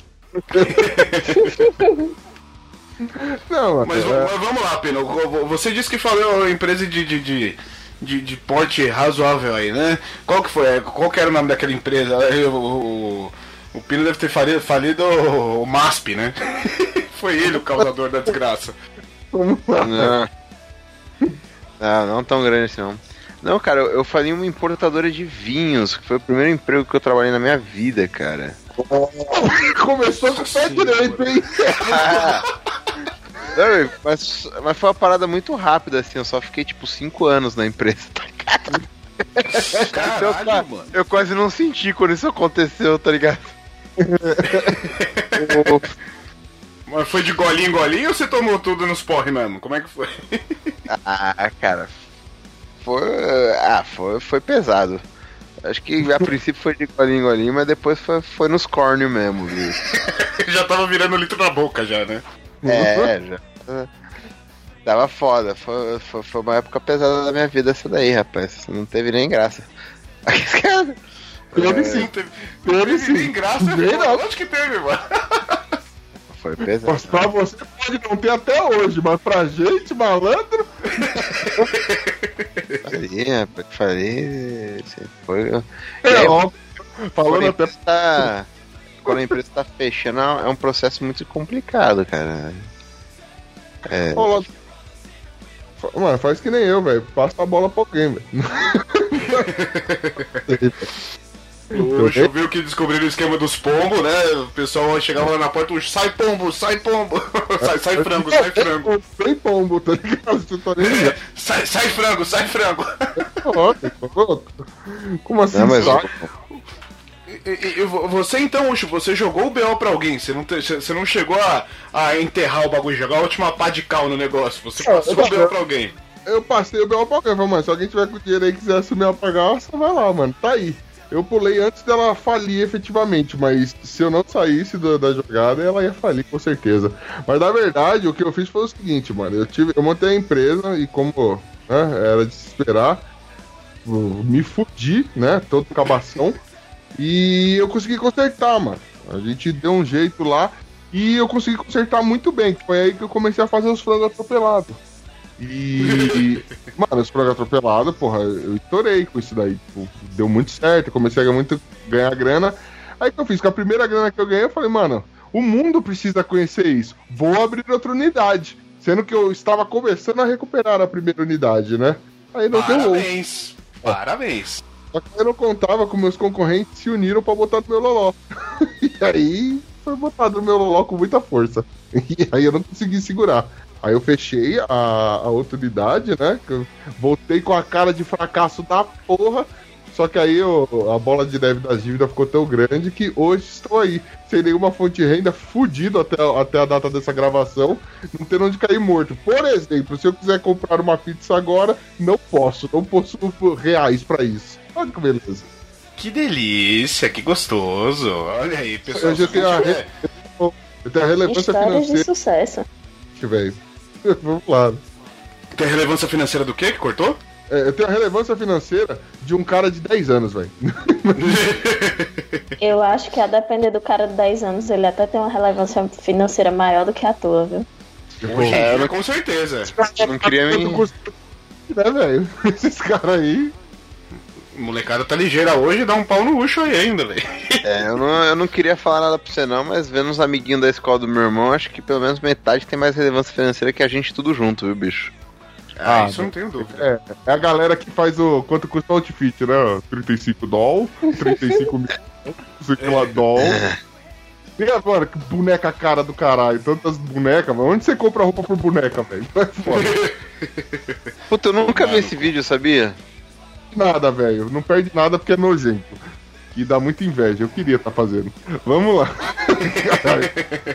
Não, mano, mas, é... mas vamos lá, Pino. Você disse que falou empresa de, de, de, de, de porte razoável aí, né? Qual que foi? Qual que era o nome daquela empresa? O, o, o Pino deve ter falido, falido o M A S P, né? Foi ele o causador da desgraça. Não. Não, não tão grande assim, não. Não, cara, eu, eu falei uma importadora de vinhos, que foi o primeiro emprego que eu trabalhei na minha vida, cara. Começou com o pé direito, hein? Não, mas, mas foi uma parada muito rápida, assim, eu só fiquei tipo cinco anos na empresa, tá ligado? Caralho, eu, mano. eu quase não senti quando isso aconteceu, tá ligado? Mas foi de golinho em golinho ou você tomou tudo nos porre mesmo? Como é que foi? Ah, cara, foi. Ah, foi, foi pesado. Acho que a princípio foi de golinho em golinho, mas depois foi, foi nos córneos mesmo, viu? Já tava virando litro na boca já, né? É, já. Tava foda. Foi, foi, foi uma época pesada da minha vida essa daí, rapaz. Não teve nem graça. Teve sim. Teve, Teve teve sim. nem graça, Teve, pô. não. Onde que teve, mano? Foi pesado. Mas pra você pode não ter até hoje, mas pra gente, malandro. Falei, rapaz, falei. Foi. É aí, óbvio. quando, Falando a até. empresa tá, quando a empresa tá fechando, é um processo muito complicado, cara. É. Ô, Lodi, fa- Mano, faz que nem eu, velho. Passa a bola pra alguém, velho. Luxo, viu que descobriram o esquema dos pombos, né? O pessoal chegava lá na porta, sai pombo, sai pombo, sai, sai frango, sai frango. Sai pombo, tá ligado? Você tá ligado? Sai, sai frango, sai frango. Como assim, Não, mas- sai? E, e- e você então, Ucho, você jogou o B O pra alguém, você não, te- você não chegou a, a enterrar o bagulho, jogar a última pá de cal no negócio, você passou o B O pra alguém. Eu passei o B O pra alguém, falei, mano, se alguém tiver com dinheiro aí e quiser assumir a bagaça, vai lá, mano, tá aí. Eu pulei antes dela falir efetivamente, mas se eu não saísse da, da jogada, ela ia falir com certeza. Mas na verdade, o que eu fiz foi o seguinte, mano, eu tive, eu montei a empresa e como, né, era de se esperar, eu me fudi, né, todo cabação, e eu consegui consertar, mano. A gente deu um jeito lá e eu consegui consertar muito bem, que foi aí que eu comecei a fazer os frangos atropelados. E, mano, os frangos atropelados, porra, eu estourei com isso daí. Tipo, deu muito certo, eu comecei a ganhar, muito, ganhar grana. Aí o que eu fiz? Com a primeira grana que eu ganhei, eu falei, mano, o mundo precisa conhecer isso. Vou abrir outra unidade. Sendo que eu estava começando a recuperar a primeira unidade, né? Aí não deu outro. Parabéns, parabéns. Só que eu não contava com meus concorrentes se uniram pra botar no meu loló. E aí foi botado no meu loló com muita força. E aí eu não consegui segurar. Aí eu fechei a, a outra unidade, né? Que eu voltei com a cara de fracasso da porra. Só que aí eu, a bola de neve das dívidas ficou tão grande que hoje estou aí, sem nenhuma fonte de renda, fudido até, até a data dessa gravação, não tendo onde cair morto. Por exemplo, se eu quiser comprar uma pizza agora, não posso, não possuo reais pra isso. Olha que beleza. Que delícia, que gostoso. Olha aí, pessoal. Eu já tenho a, se re... tiver- eu tenho a relevância Histórias de financeira, sucesso. velho. Vamos lá. Tem a relevância financeira do quê que cortou? É, eu tenho a relevância financeira de um cara de dez anos, velho. Eu acho que a depender do cara de dez anos, ele até tem uma relevância financeira maior do que a tua, viu? Hoje em É, dia, eu com certeza. Não queria me... Né, velho? Esses caras aí. Molecada tá ligeira hoje e dá um pau no Ucho aí ainda, velho. É, eu não, eu não queria falar nada pra você não, mas vendo os amiguinhos da escola do meu irmão, acho que pelo menos metade tem mais relevância financeira que a gente tudo junto, viu, bicho? Ah, Ah, isso eu não tenho dúvida. É, é a galera que faz o. Quanto custa o outfit, né? trinta e cinco dólares, trinta e cinco mil, não sei o que lá, dólar. Liga, mano, que boneca cara do caralho. Tantas bonecas, mano. Onde você compra roupa por boneca, velho? Não é foda. Puta, eu nunca vi esse vídeo, sabia? Nada, velho. Não perde nada porque é nojento. E dá muita inveja. Eu queria estar fazendo. Vamos lá. Caralho.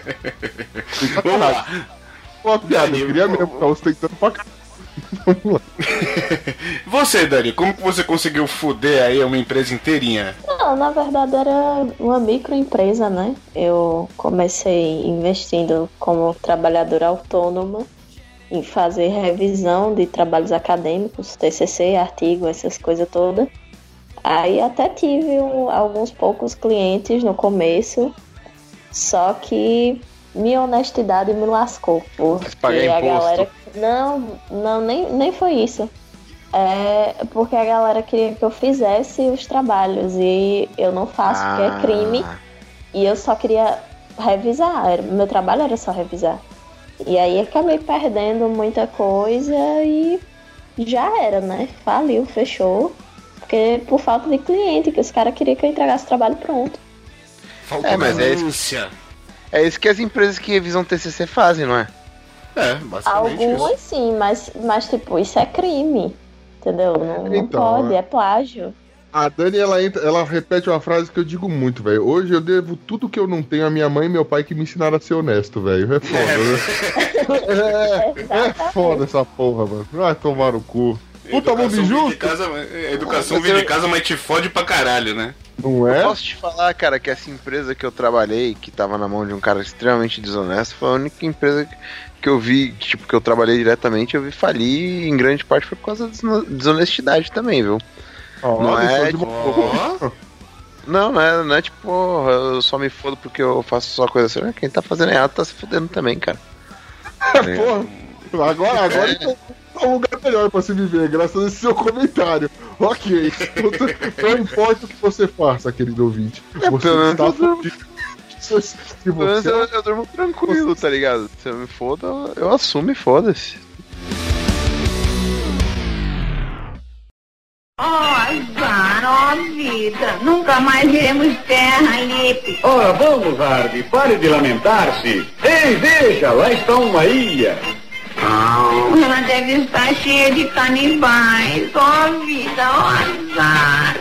Vamos lá. Uma piada, eu queria mesmo ficar ostentando pra caralho. Vamos lá. Você, Dani, como que você conseguiu foder aí uma empresa inteirinha? Não, na verdade era uma microempresa, né? Eu comecei investindo como trabalhadora autônoma em fazer revisão de trabalhos acadêmicos, T C C, artigo, essas coisas todas. Aí até tive um, alguns poucos clientes no começo, só que minha honestidade me lascou, porque pagar a imposto. galera... Não, não, nem, nem foi isso. É porque a galera queria que eu fizesse os trabalhos e eu não faço porque é crime. E eu só queria revisar, era- meu trabalho era só revisar. E aí acabei perdendo muita coisa e já era, né? Faliu, fechou. Porque por falta de cliente, que os caras queriam que eu entregasse o trabalho pronto. Faltou É, mas é isso. ganância. É isso que as empresas que revisam T C C fazem, não é? É, basicamente Algumas isso. sim, mas, mas tipo, isso é crime. Entendeu? Não, não Então, pode, é. é plágio. A Dani, ela, entra, ela repete uma frase que eu digo muito, velho. Hoje eu devo tudo que eu não tenho à minha mãe e meu pai que me ensinaram a ser honesto, velho. É foda, né? É, é foda essa porra, mano. Vai tomar no cu. Puta mundo Educação vem de injusto? casa, é, educação Mas vem de eu- casa, mas te fode pra caralho, né? Não Eu é? posso te falar, cara, que essa empresa que eu trabalhei, que tava na mão de um cara extremamente desonesto, foi a única empresa que eu vi, que, tipo, que eu trabalhei diretamente, eu vi falir, e em grande parte foi por causa da desono- desonestidade também, viu? Ó, Não lição é, de tipo, moral. Não, não é, não é tipo, porra, eu só me fodo porque eu faço só coisa assim. Quem tá fazendo errado tá se fodendo também, cara. Porra, agora, agora então, é um lugar melhor pra se viver, graças a esse seu comentário. Ok. Não importa o que você faça, querido ouvinte. Você pelo menos está eu durmo. fudido. Se Pelo menos você eu, eu durmo tranquilo, tá ligado? Se eu me foda, eu, eu assumo e foda-se. Ai, cara, Oh, vida, nunca mais iremos terra, Lipe. Ora, vamos, Hardy, pare de lamentar-se. Ei, veja, lá está uma ilha. Oh, ela deve estar cheia de canibais. Oh, vida, oh, azar.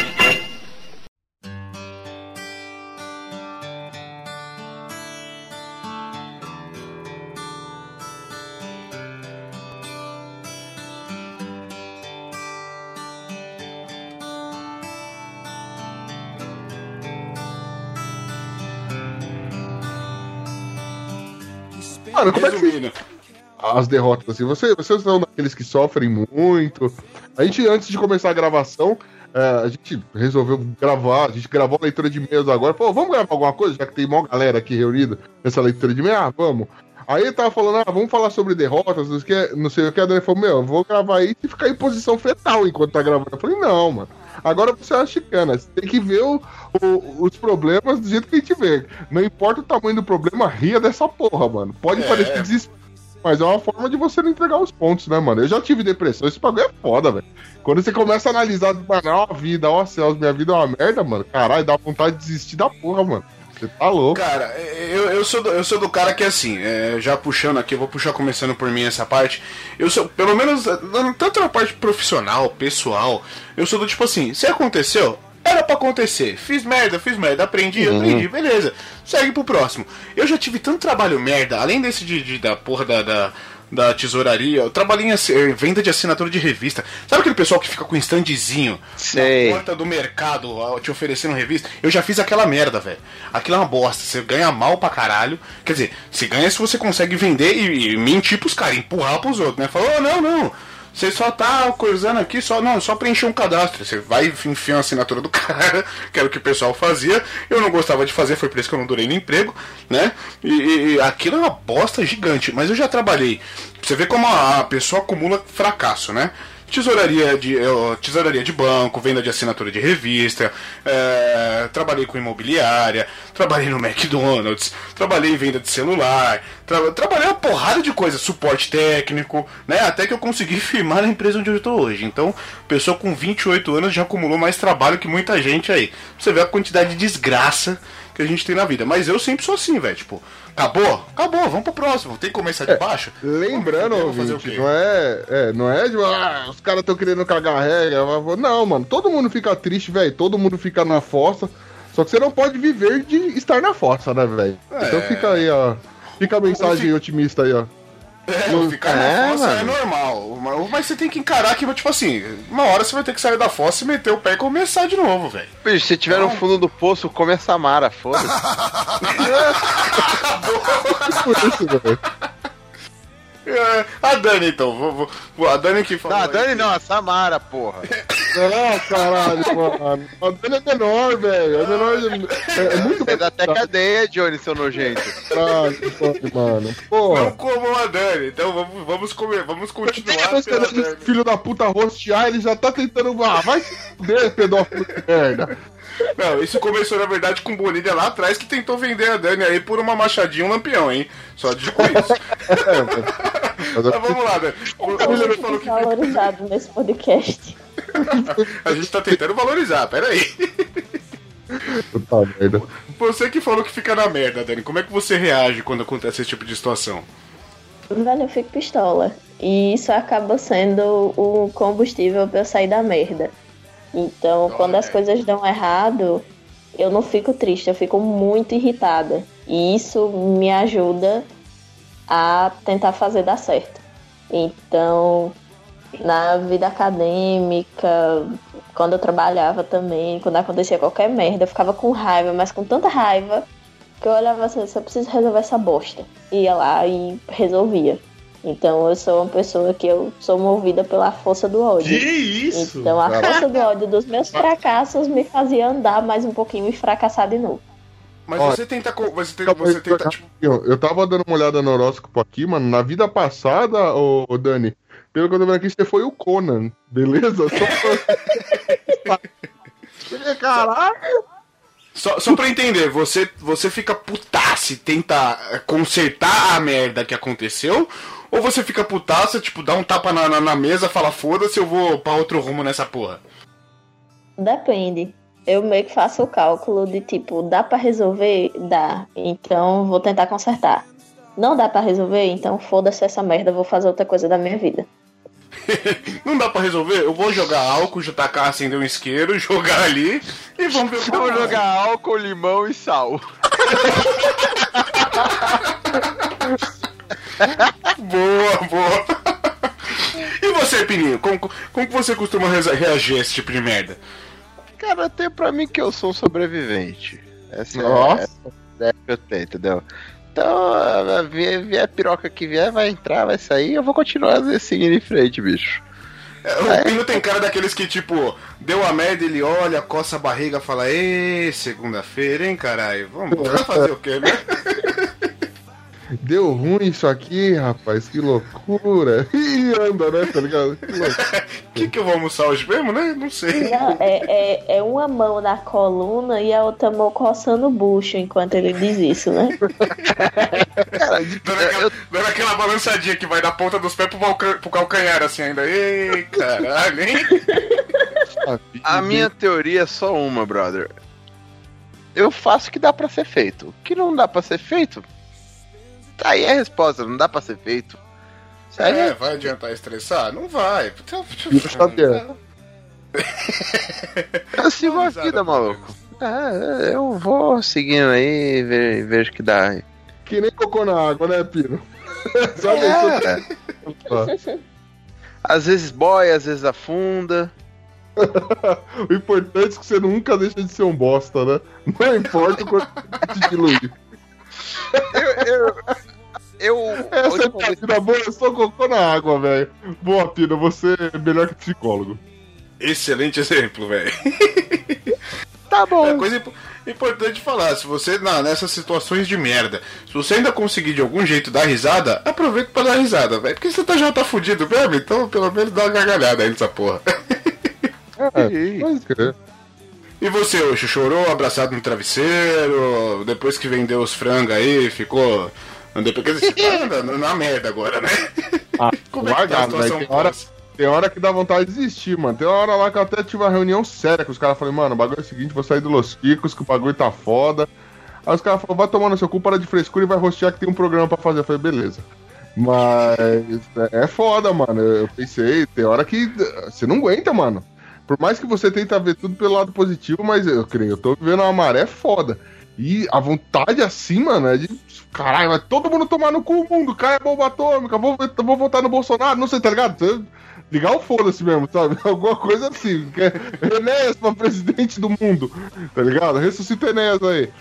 Mano, como é que você... As derrotas, assim, você, vocês são daqueles que sofrem muito. A gente, antes de começar a gravação, é, a gente resolveu gravar, a gente gravou a leitura de e-mails agora. Pô, vamos gravar alguma coisa, já que tem mó galera aqui reunida nessa leitura de e-mails? Ah, vamos. Aí ele tava falando, ah, vamos falar sobre derrotas, não sei o que, não sei o que. A Dani falou, meu, eu vou gravar aí e ficar em posição fetal enquanto tá gravando. Eu falei, não, mano. Agora você é uma chicana, você tem que ver o, o, os problemas do jeito que a gente vê. Não importa o tamanho do problema, ria dessa porra, mano. Pode é. parecer desespero, mas é uma forma de você não entregar os pontos, né, mano? Eu já tive depressão, esse bagulho é foda, velho. Quando você começa a analisar, mano, ó a vida, ó céus, minha vida é uma merda, mano. Caralho, dá vontade de desistir da porra, mano. Você tá louco. Cara, eu, eu, sou do, eu sou do cara que, assim, é, já puxando aqui, eu vou puxar começando por mim essa parte. Eu sou, pelo menos, tanto na parte profissional, pessoal, eu sou do tipo assim, se aconteceu, era pra acontecer. Fiz merda, fiz merda, aprendi, uhum. aprendi, beleza. Segue pro próximo. Eu já tive tanto trabalho merda, além desse de, de da porra da... da da tesouraria, eu trabalhei em venda de assinatura de revista. Sabe aquele pessoal que fica com um standzinho Sei. na porta do mercado te oferecendo revista? Eu já fiz aquela merda, velho. Aquilo é uma bosta. Você ganha mal pra caralho. Quer dizer, você ganha se você consegue vender e, e mentir pros caras, empurrar pros outros, né? Falou, oh, não, não. Você só tá coisando aqui, só não, só preencher um cadastro. Você vai enfiar a assinatura do cara, que era o que o pessoal fazia. Eu não gostava de fazer, foi por isso que eu não durei no emprego, né? E, e aquilo é uma bosta gigante. Mas eu já trabalhei. Você vê como a pessoa acumula fracasso, né? Tesouraria de, uh, tesouraria de banco, venda de assinatura de revista, é, trabalhei com imobiliária, trabalhei no McDonald's, trabalhei em venda de celular, tra trabalhei uma porrada de coisa, suporte técnico, né? Até que eu consegui firmar na empresa onde eu estou hoje. Então, pessoa com vinte e oito anos já acumulou mais trabalho que muita gente aí. Você vê a quantidade de desgraça que a gente tem na vida. Mas eu sempre sou assim, velho, tipo... Acabou? Acabou, vamos pro próximo. Tem que começar de baixo? É, lembrando, ouvinte, não é, é, não é de, ah, os caras estão querendo cagar a regra. Não, mano, todo mundo fica triste, velho. Todo mundo fica na fossa. Só que você não pode viver de estar na fossa, né, velho? É... Então fica aí, ó. Fica a mensagem fico... otimista aí, ó. É, não, ficar na é, fossa mano. É normal. Mas você tem que encarar que, tipo assim, uma hora você vai ter que sair da fossa e meter o pé e começar de novo, velho. Se tiver no fundo do poço, come a Samara, foda-se. Por isso, velho. É, a Dani, então. Vou, vou, a Dani que falou. Não, a Dani aí, não, a Samara, porra. Ah, caralho, mano. A Dani é menor, velho. É menor. É, é muito. Você dá até cadeia, Johnny, seu nojento. Caralho, mano. Porra. Não como a Dani, então vamos, vamos comer, vamos continuar. Esse filho da puta rostear, ele já tá tentando. Ah, vai se fuder, pedófilo de merda. Não, isso começou na verdade com o Bonilha lá atrás, que tentou vender a Dani aí por uma machadinha e um lampião, hein? Só digo isso. Mas vamos lá, Dani. O Bonilha falou que valorizado nesse podcast. A gente tá tentando valorizar, peraí. Tá merda. Você que falou que fica na merda, Dani, como é que você reage quando acontece esse tipo de situação? Velho, eu fico pistola. E isso acaba sendo o combustível pra eu sair da merda. Então, oh, quando é. as coisas dão errado, eu não fico triste, eu fico muito irritada. E isso me ajuda a tentar fazer dar certo. Então, na vida acadêmica, quando eu trabalhava também, quando acontecia qualquer merda, eu ficava com raiva, mas com tanta raiva que eu olhava assim, eu preciso resolver essa bosta. Ia lá e resolvia. Então eu sou uma pessoa que eu sou movida pela força do ódio. Que isso? Então a Caraca. força do ódio dos meus fracassos me fazia andar mais um pouquinho e fracassar de novo. Mas Olha, você tenta... Você tenta, você tenta tipo... Eu tava dando uma olhada no horóscopo aqui, mano. Na vida passada, ô, ô Dani, pelo que eu tô vendo aqui, você foi o Conan, beleza? Só... Caralho! Só, só pra entender, você, você fica putaça e tenta consertar a merda que aconteceu? Ou você fica putaça, tipo, dá um tapa na, na, na mesa, fala, foda-se, eu vou pra outro rumo nessa porra? depende. Eu meio que faço o cálculo de tipo, dá pra resolver? Dá. Então vou tentar consertar. Não dá pra resolver? Então foda-se essa merda, vou fazer outra coisa da minha vida. Não dá pra resolver? Eu vou jogar álcool, tacar, acender um isqueiro, jogar ali e vamos ver o que Eu vou vai. jogar álcool, limão e sal. Boa, boa. E você, Pininho? Como, como que você costuma re- reagir a esse tipo de merda? Cara, até pra mim que eu sou um sobrevivente. Essa Nossa. é a ideia que eu tenho, entendeu? Então, a- vier, vier a piroca que vier, vai entrar, vai sair, eu vou continuar seguindo em frente, bicho. O Pino tem cara daqueles que, tipo, deu a merda, ele olha, coça a barriga, fala: Ê, segunda-feira, hein, caralho? Vamos vamos fazer o quê, né? Deu ruim isso aqui, rapaz, que loucura. Ih, anda, né, tá ligado? Que loucura. O que, que eu vou almoçar hoje mesmo, né? Não sei. Não, é, é, é uma mão na coluna e a outra mão coçando o bucho enquanto ele diz isso, né? Cara, Dando aquela, dando aquela balançadinha que vai da ponta dos pés pro, balca- pro calcanhar, assim, ainda. Ei, caralho, hein? a minha teoria é só uma, brother. Eu faço o que dá pra ser feito. O que não dá pra ser feito, tá aí a resposta, não dá pra ser feito. Sério? É, vai adiantar estressar? Não vai. Isso até. Eu sigo a vida, maluco. É, eu vou seguindo aí, ve- vejo o que dá. Que nem cocô na água, né, Pino? Só deixou- É. Às vezes boia, às vezes afunda. O importante é que você nunca deixa de ser um bosta, né? Não importa o quanto você te diluir. Eu. eu, eu Essa é última a vez- vida boa, eu só cocô na água, velho. Boa, Pino, você é melhor que psicólogo. Excelente exemplo, velho. Tá bom. É coisa imp- importante falar, se você, na, nessas situações de merda, se você ainda conseguir de algum jeito dar risada, aproveita pra dar risada, velho. Porque você tá, já tá fudido mesmo, então pelo menos dá uma gargalhada aí nessa porra. É, pode crer. E você, Oxo, chorou abraçado no travesseiro, depois que vendeu os frangos aí, ficou... Depois que você tá andando na merda agora, né? Ah, Como é que tá a largado, velho. situação Tem hora, pós? tem hora que dá vontade de desistir, mano. Tem uma hora lá que eu até tive uma reunião séria com os caras. Falei, mano, o bagulho é o seguinte, vou sair do Los Kikos, que o bagulho tá foda. Aí os caras falaram, vai tomar no seu cu, para de frescura e vai rostear que tem um programa pra fazer. Eu falei, beleza. Mas é foda, mano. Eu pensei, tem hora que você não aguenta, mano. Por mais que você tenta ver tudo pelo lado positivo, mas eu creio, eu tô vivendo uma maré foda. E a vontade assim, mano, é de. Caralho, vai todo mundo tomar no cu o mundo, cara é bomba atômica, vou, vou votar no Bolsonaro, não sei, tá ligado? Você ligar o foda-se mesmo, sabe? Alguma coisa assim. Que é Enéas pra presidente do mundo, tá ligado? Ressuscita Enéas aí.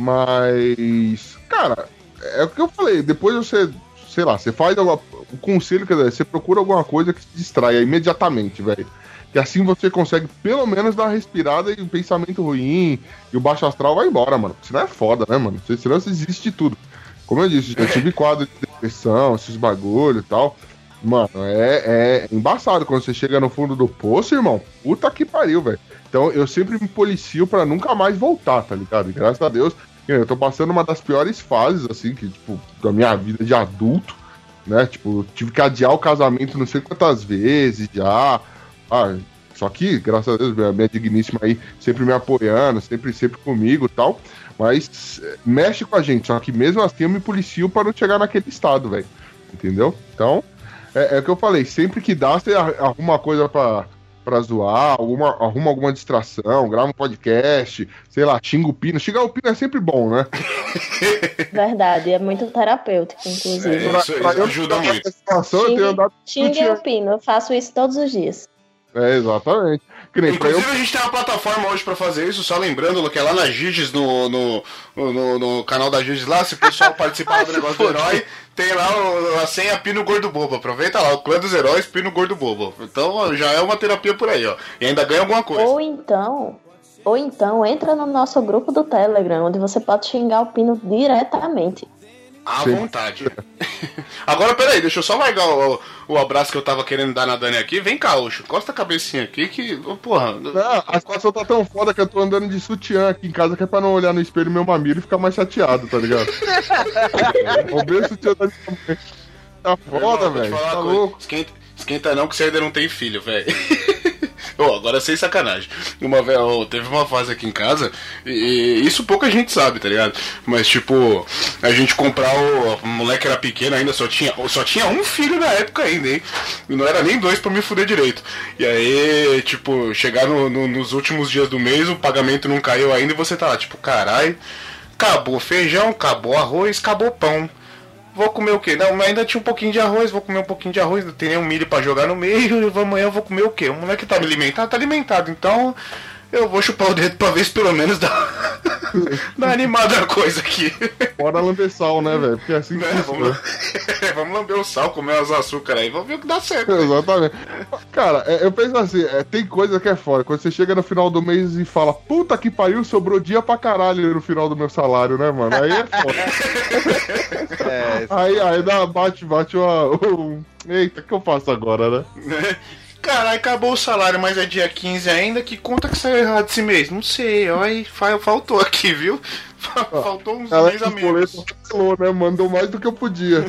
Mas, cara, é o que eu falei, depois você, sei lá, você faz alguma, o conselho, quer dizer, você procura alguma coisa que te distraia imediatamente, velho. Que assim você consegue pelo menos dar uma respirada e o pensamento ruim e o baixo astral vai embora, mano. Senão é foda, né, mano? Senão você desiste de tudo. Como eu disse, eu tive quadro de depressão, esses bagulho e tal. Mano, é, é embaçado quando você chega no fundo do poço, irmão. Puta que pariu, velho. Então eu sempre me policio pra nunca mais voltar, tá ligado? E graças a Deus, eu tô passando uma das piores fases, assim, que, tipo, da minha vida de adulto, né? Tipo, tive que adiar o casamento não sei quantas vezes já. Ah, só que, graças a Deus, minha, minha digníssima aí sempre me apoiando, sempre, sempre comigo e tal. Mas é, mexe com a gente, só que mesmo assim eu me policio pra não chegar naquele estado, velho. Entendeu? Então, é, é o que eu falei, sempre que dá, você arruma uma coisa pra, pra zoar, alguma, arruma alguma distração, grava um podcast, sei lá, xinga o Pino. Xingar o Pino é sempre bom, né? Verdade, é muito terapêutico, inclusive. É, isso, isso ajuda muito. Situação, eu tenho Xingue, andado xingue o Pino, eu faço isso todos os dias. É, exatamente. Que nem pra eu... Inclusive a gente tem uma plataforma hoje pra fazer isso, só lembrando que é lá na Giges, no, no, no, no canal da Giges lá, se o pessoal participar do negócio do herói, tem lá o, a senha Pino Gordo Bobo. Aproveita lá, o clã dos heróis Pino Gordo Bobo. Então já é uma terapia por aí, ó. E ainda ganha alguma coisa. Ou então, ou então entra no nosso grupo do Telegram, onde você pode xingar o Pino diretamente. À Sim. vontade. Agora, peraí, deixa eu só largar o, o abraço que eu tava querendo dar na Dani aqui. Vem cá, Oxo, encosta a cabecinha aqui que, oh, porra... Não, a situação tá tão foda que eu tô andando de sutiã aqui em casa que é pra não olhar no espelho meu mamilo e ficar mais chateado, tá ligado? Roubei o sutiã da minha mãe. Tá foda, Irmão, vou te velho. falar Tá uma coisa. louco. Esquenta, esquenta não que você ainda não tem filho, velho. Oh, agora sem sacanagem. Uma vez, oh, teve uma fase aqui em casa, e, e isso pouca gente sabe, tá ligado? Mas tipo, a gente comprar o, o moleque era pequeno ainda, só tinha, só tinha um filho na época ainda, hein? E não era nem dois pra me fuder direito. E aí, tipo, chegar no, no, nos últimos dias do mês, o pagamento não caiu ainda e você tá lá, tipo, caralho, acabou feijão, acabou arroz, acabou pão. Vou comer o quê? Não, ainda tinha um pouquinho de arroz, vou comer um pouquinho de arroz, não tem nem um milho pra jogar no meio, e amanhã eu vou comer o quê? O moleque tá me alimentado? Tá alimentado, então eu vou chupar o dedo pra ver se pelo menos dá, dá animada a coisa aqui. Bora lamber sal, né, velho? Porque é assim que né? Vamos, vamos lamber o sal, comer os açúcar aí, vamos ver o que dá certo. Exatamente. Cara, é, eu penso assim, é, tem coisa que é foda. Quando você chega no final do mês e fala, puta que pariu, sobrou dia pra caralho no final do meu salário, né, mano? Aí é foda. é, aí, aí dá, bate, bate uma... Um... Eita, o que eu faço agora, né? Caralho, acabou o salário, mas é dia quinze ainda, que conta que saiu errado esse mês? Não sei, olha, faltou aqui, viu? Faltou uns mês a menos. Falou, né? Mandou mais do que eu podia.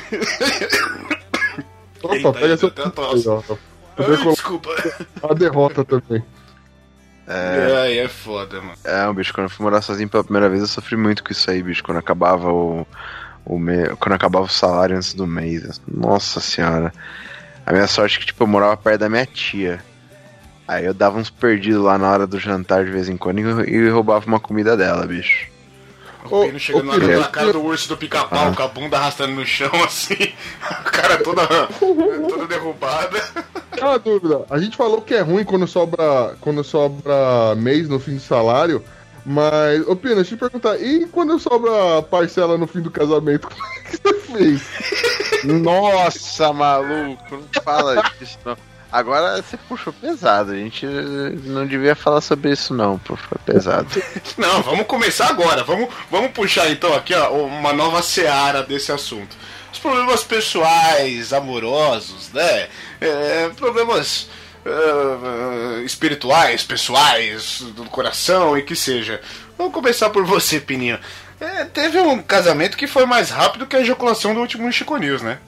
Opa, eita, pega eita, seu... Aí, ó. Ai, desculpa. A derrota também. É, aí é foda, mano. É, um bicho, quando eu fui morar sozinho pela primeira vez, eu sofri muito com isso aí, bicho. Quando acabava o, o me... quando acabava o salário antes do mês. Nossa senhora. A minha sorte é que, tipo, eu morava perto da minha tia. Aí eu dava uns perdidos lá na hora do jantar de vez em quando e, e roubava uma comida dela, bicho. O Pino chegando lá na cara do urso do pica-pau, ah. com a bunda arrastando no chão, assim, a cara toda, toda derrubada. É uma dúvida, a gente falou que é ruim quando sobra, quando sobra mês no fim do salário, mas, ô Pino, deixa eu te perguntar, e quando sobra parcela no fim do casamento, como é que você fez? Nossa, maluco, não fala disso não. Agora você puxou pesado, a gente não devia falar sobre isso não, puxou pesado. Não, vamos começar agora, vamos, vamos puxar então aqui ó, uma nova seara desse assunto. Os problemas pessoais, amorosos, né, é, problemas uh, espirituais, pessoais, do coração e que seja. Vamos começar por você, Pininho. É, teve um casamento que foi mais rápido que a ejaculação do último Chico News, né?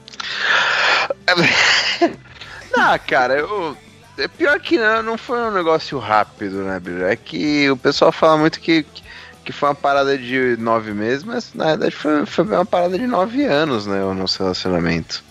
Ah, cara, eu... É pior que não, não foi um negócio rápido, né, bicho? É que o pessoal fala muito que, que foi uma parada de nove meses, mas na verdade foi, foi uma parada de nove anos, né, o nosso relacionamento.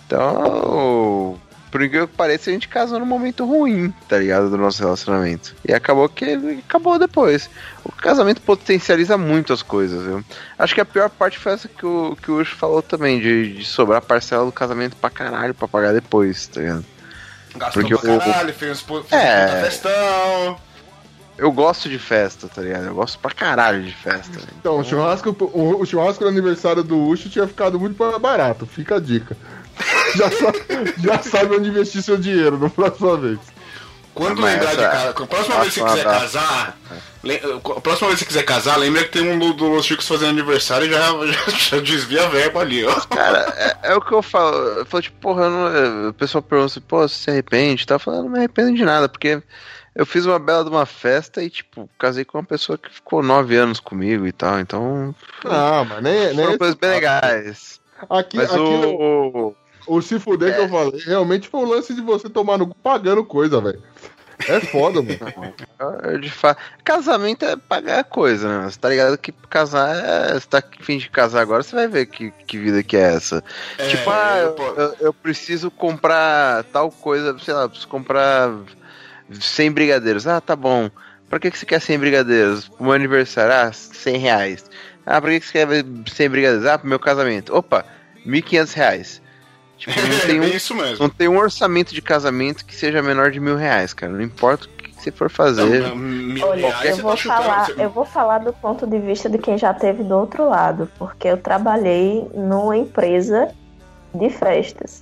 Então, por incrível que pareça, a gente casou num momento ruim, tá ligado, do nosso relacionamento. E acabou que acabou depois. O casamento potencializa muito as coisas, viu? Acho que a pior parte foi essa que o, que o Ucho falou também, de, de sobrar parcela do casamento pra caralho pra pagar depois, tá ligado? Gastou porque pra caralho, eu, fez, fez é, um festão. Eu gosto de festa, tá ligado? Eu gosto pra caralho de festa. Então, o churrasco, o, o churrasco do aniversário do Ucho tinha ficado muito barato, fica a dica. Já sabe, já sabe onde investir seu dinheiro na próxima vez. Quando lembrar de casar, a próxima vez que você quiser casar, a próxima vez que você quiser casar, lembra que tem um dos do Chicos fazendo aniversário e já, já, já desvia a verba ali, ó. Cara, é, é o que eu falo. Eu falo, tipo, porra, eu não, o pessoal pergunta assim, pô, você se arrepende? Tá falando, não me arrependo de nada, porque eu fiz uma bela de uma festa e, tipo, casei com uma pessoa que ficou nove anos comigo e tal, então. Ah, mas nem. nem foram coisas bem legais. Aqui, mas aqui o. O se fuder é. que eu falei, realmente foi o lance de você tomar no cu pagando coisa, velho. É foda, mano. De fa... Casamento é pagar coisa, né? Você tá ligado que casar é. Você tá a fim de casar agora, você vai ver que, que vida que é essa. É, tipo, ah, eu, eu, eu preciso comprar tal coisa, sei lá, preciso comprar cem brigadeiros. Ah, tá bom. Pra que, que você quer cem brigadeiros? Pro meu aniversário? Ah, cem reais. Ah, pra que, que você quer cem brigadeiros? Ah, pro meu casamento. Opa, mil e quinhentos reais. Tipo, não, tem um, é isso mesmo. Não tem um orçamento de casamento que seja menor de mil reais, cara. Não importa o que você for fazer. Não, não, Olha, eu vou, falar, chutando, eu vou falar do ponto de vista de quem já teve do outro lado. Porque eu trabalhei numa empresa de festas.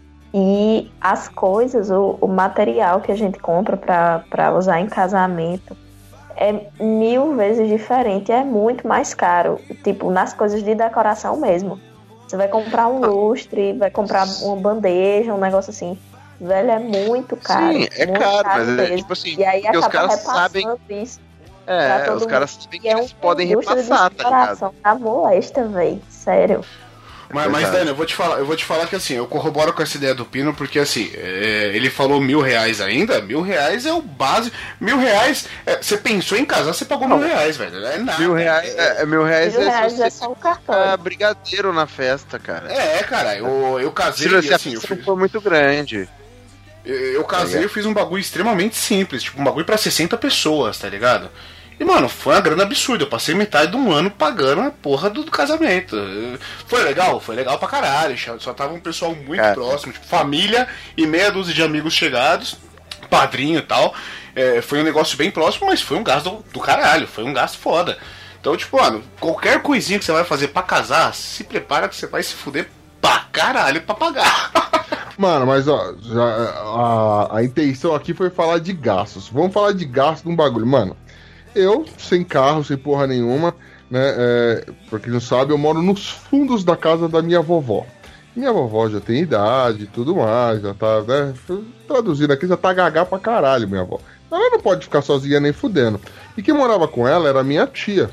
E as coisas, o, o material que a gente compra pra, pra usar em casamento é mil vezes diferente. É muito mais caro. Tipo, nas coisas de decoração mesmo. Você vai comprar um lustre, vai comprar uma bandeja, um negócio assim. Velho, é muito caro. Sim, é muito caro, caro mas mesmo. é tipo assim, e aí acaba os caras repassando sabem... isso. É, os caras sabem que é eles um podem repassar, tá ligado? Tá molesta, velho. Sério. Mas, mas Dani, eu vou te falar, eu vou te falar que assim, eu corroboro com essa ideia do Pino, porque assim, é, ele falou mil reais ainda, mil reais é o base. Mil reais, é, você pensou em casar, você pagou mil reais, velho. É nada. Mil reais é, mil reais, Mil é, reais se é você só um cartão. ah, brigadeiro na festa, cara. É, cara, eu, eu casei Se e assim, eu a fiz, foi muito grande. eu, eu casei, eu fiz um bagulho extremamente simples, tipo, um bagulho pra sessenta pessoas, tá ligado? E, mano, foi uma grana absurda. Eu passei metade de um ano pagando a porra do, do casamento. Foi legal? Foi legal pra caralho. Só tava um pessoal muito Cara. próximo, tipo, família e meia dúzia de amigos chegados, padrinho e tal. É, foi um negócio bem próximo, mas foi um gasto do, do caralho. Foi um gasto foda. Então, tipo, mano, qualquer coisinha que você vai fazer pra casar, se prepara que você vai se fuder pra caralho pra pagar. Mano, mas ó, já, a, a intenção aqui foi falar de gastos. Vamos falar de gasto num bagulho. Mano, eu, sem carro, sem porra nenhuma, né? É, pra quem não sabe, eu moro nos fundos da casa da minha vovó. Minha vovó já tem idade e tudo mais, já tá, né? Traduzindo aqui, já tá gagá pra caralho, minha avó. Ela não pode ficar sozinha nem fudendo. E quem morava com ela era minha tia.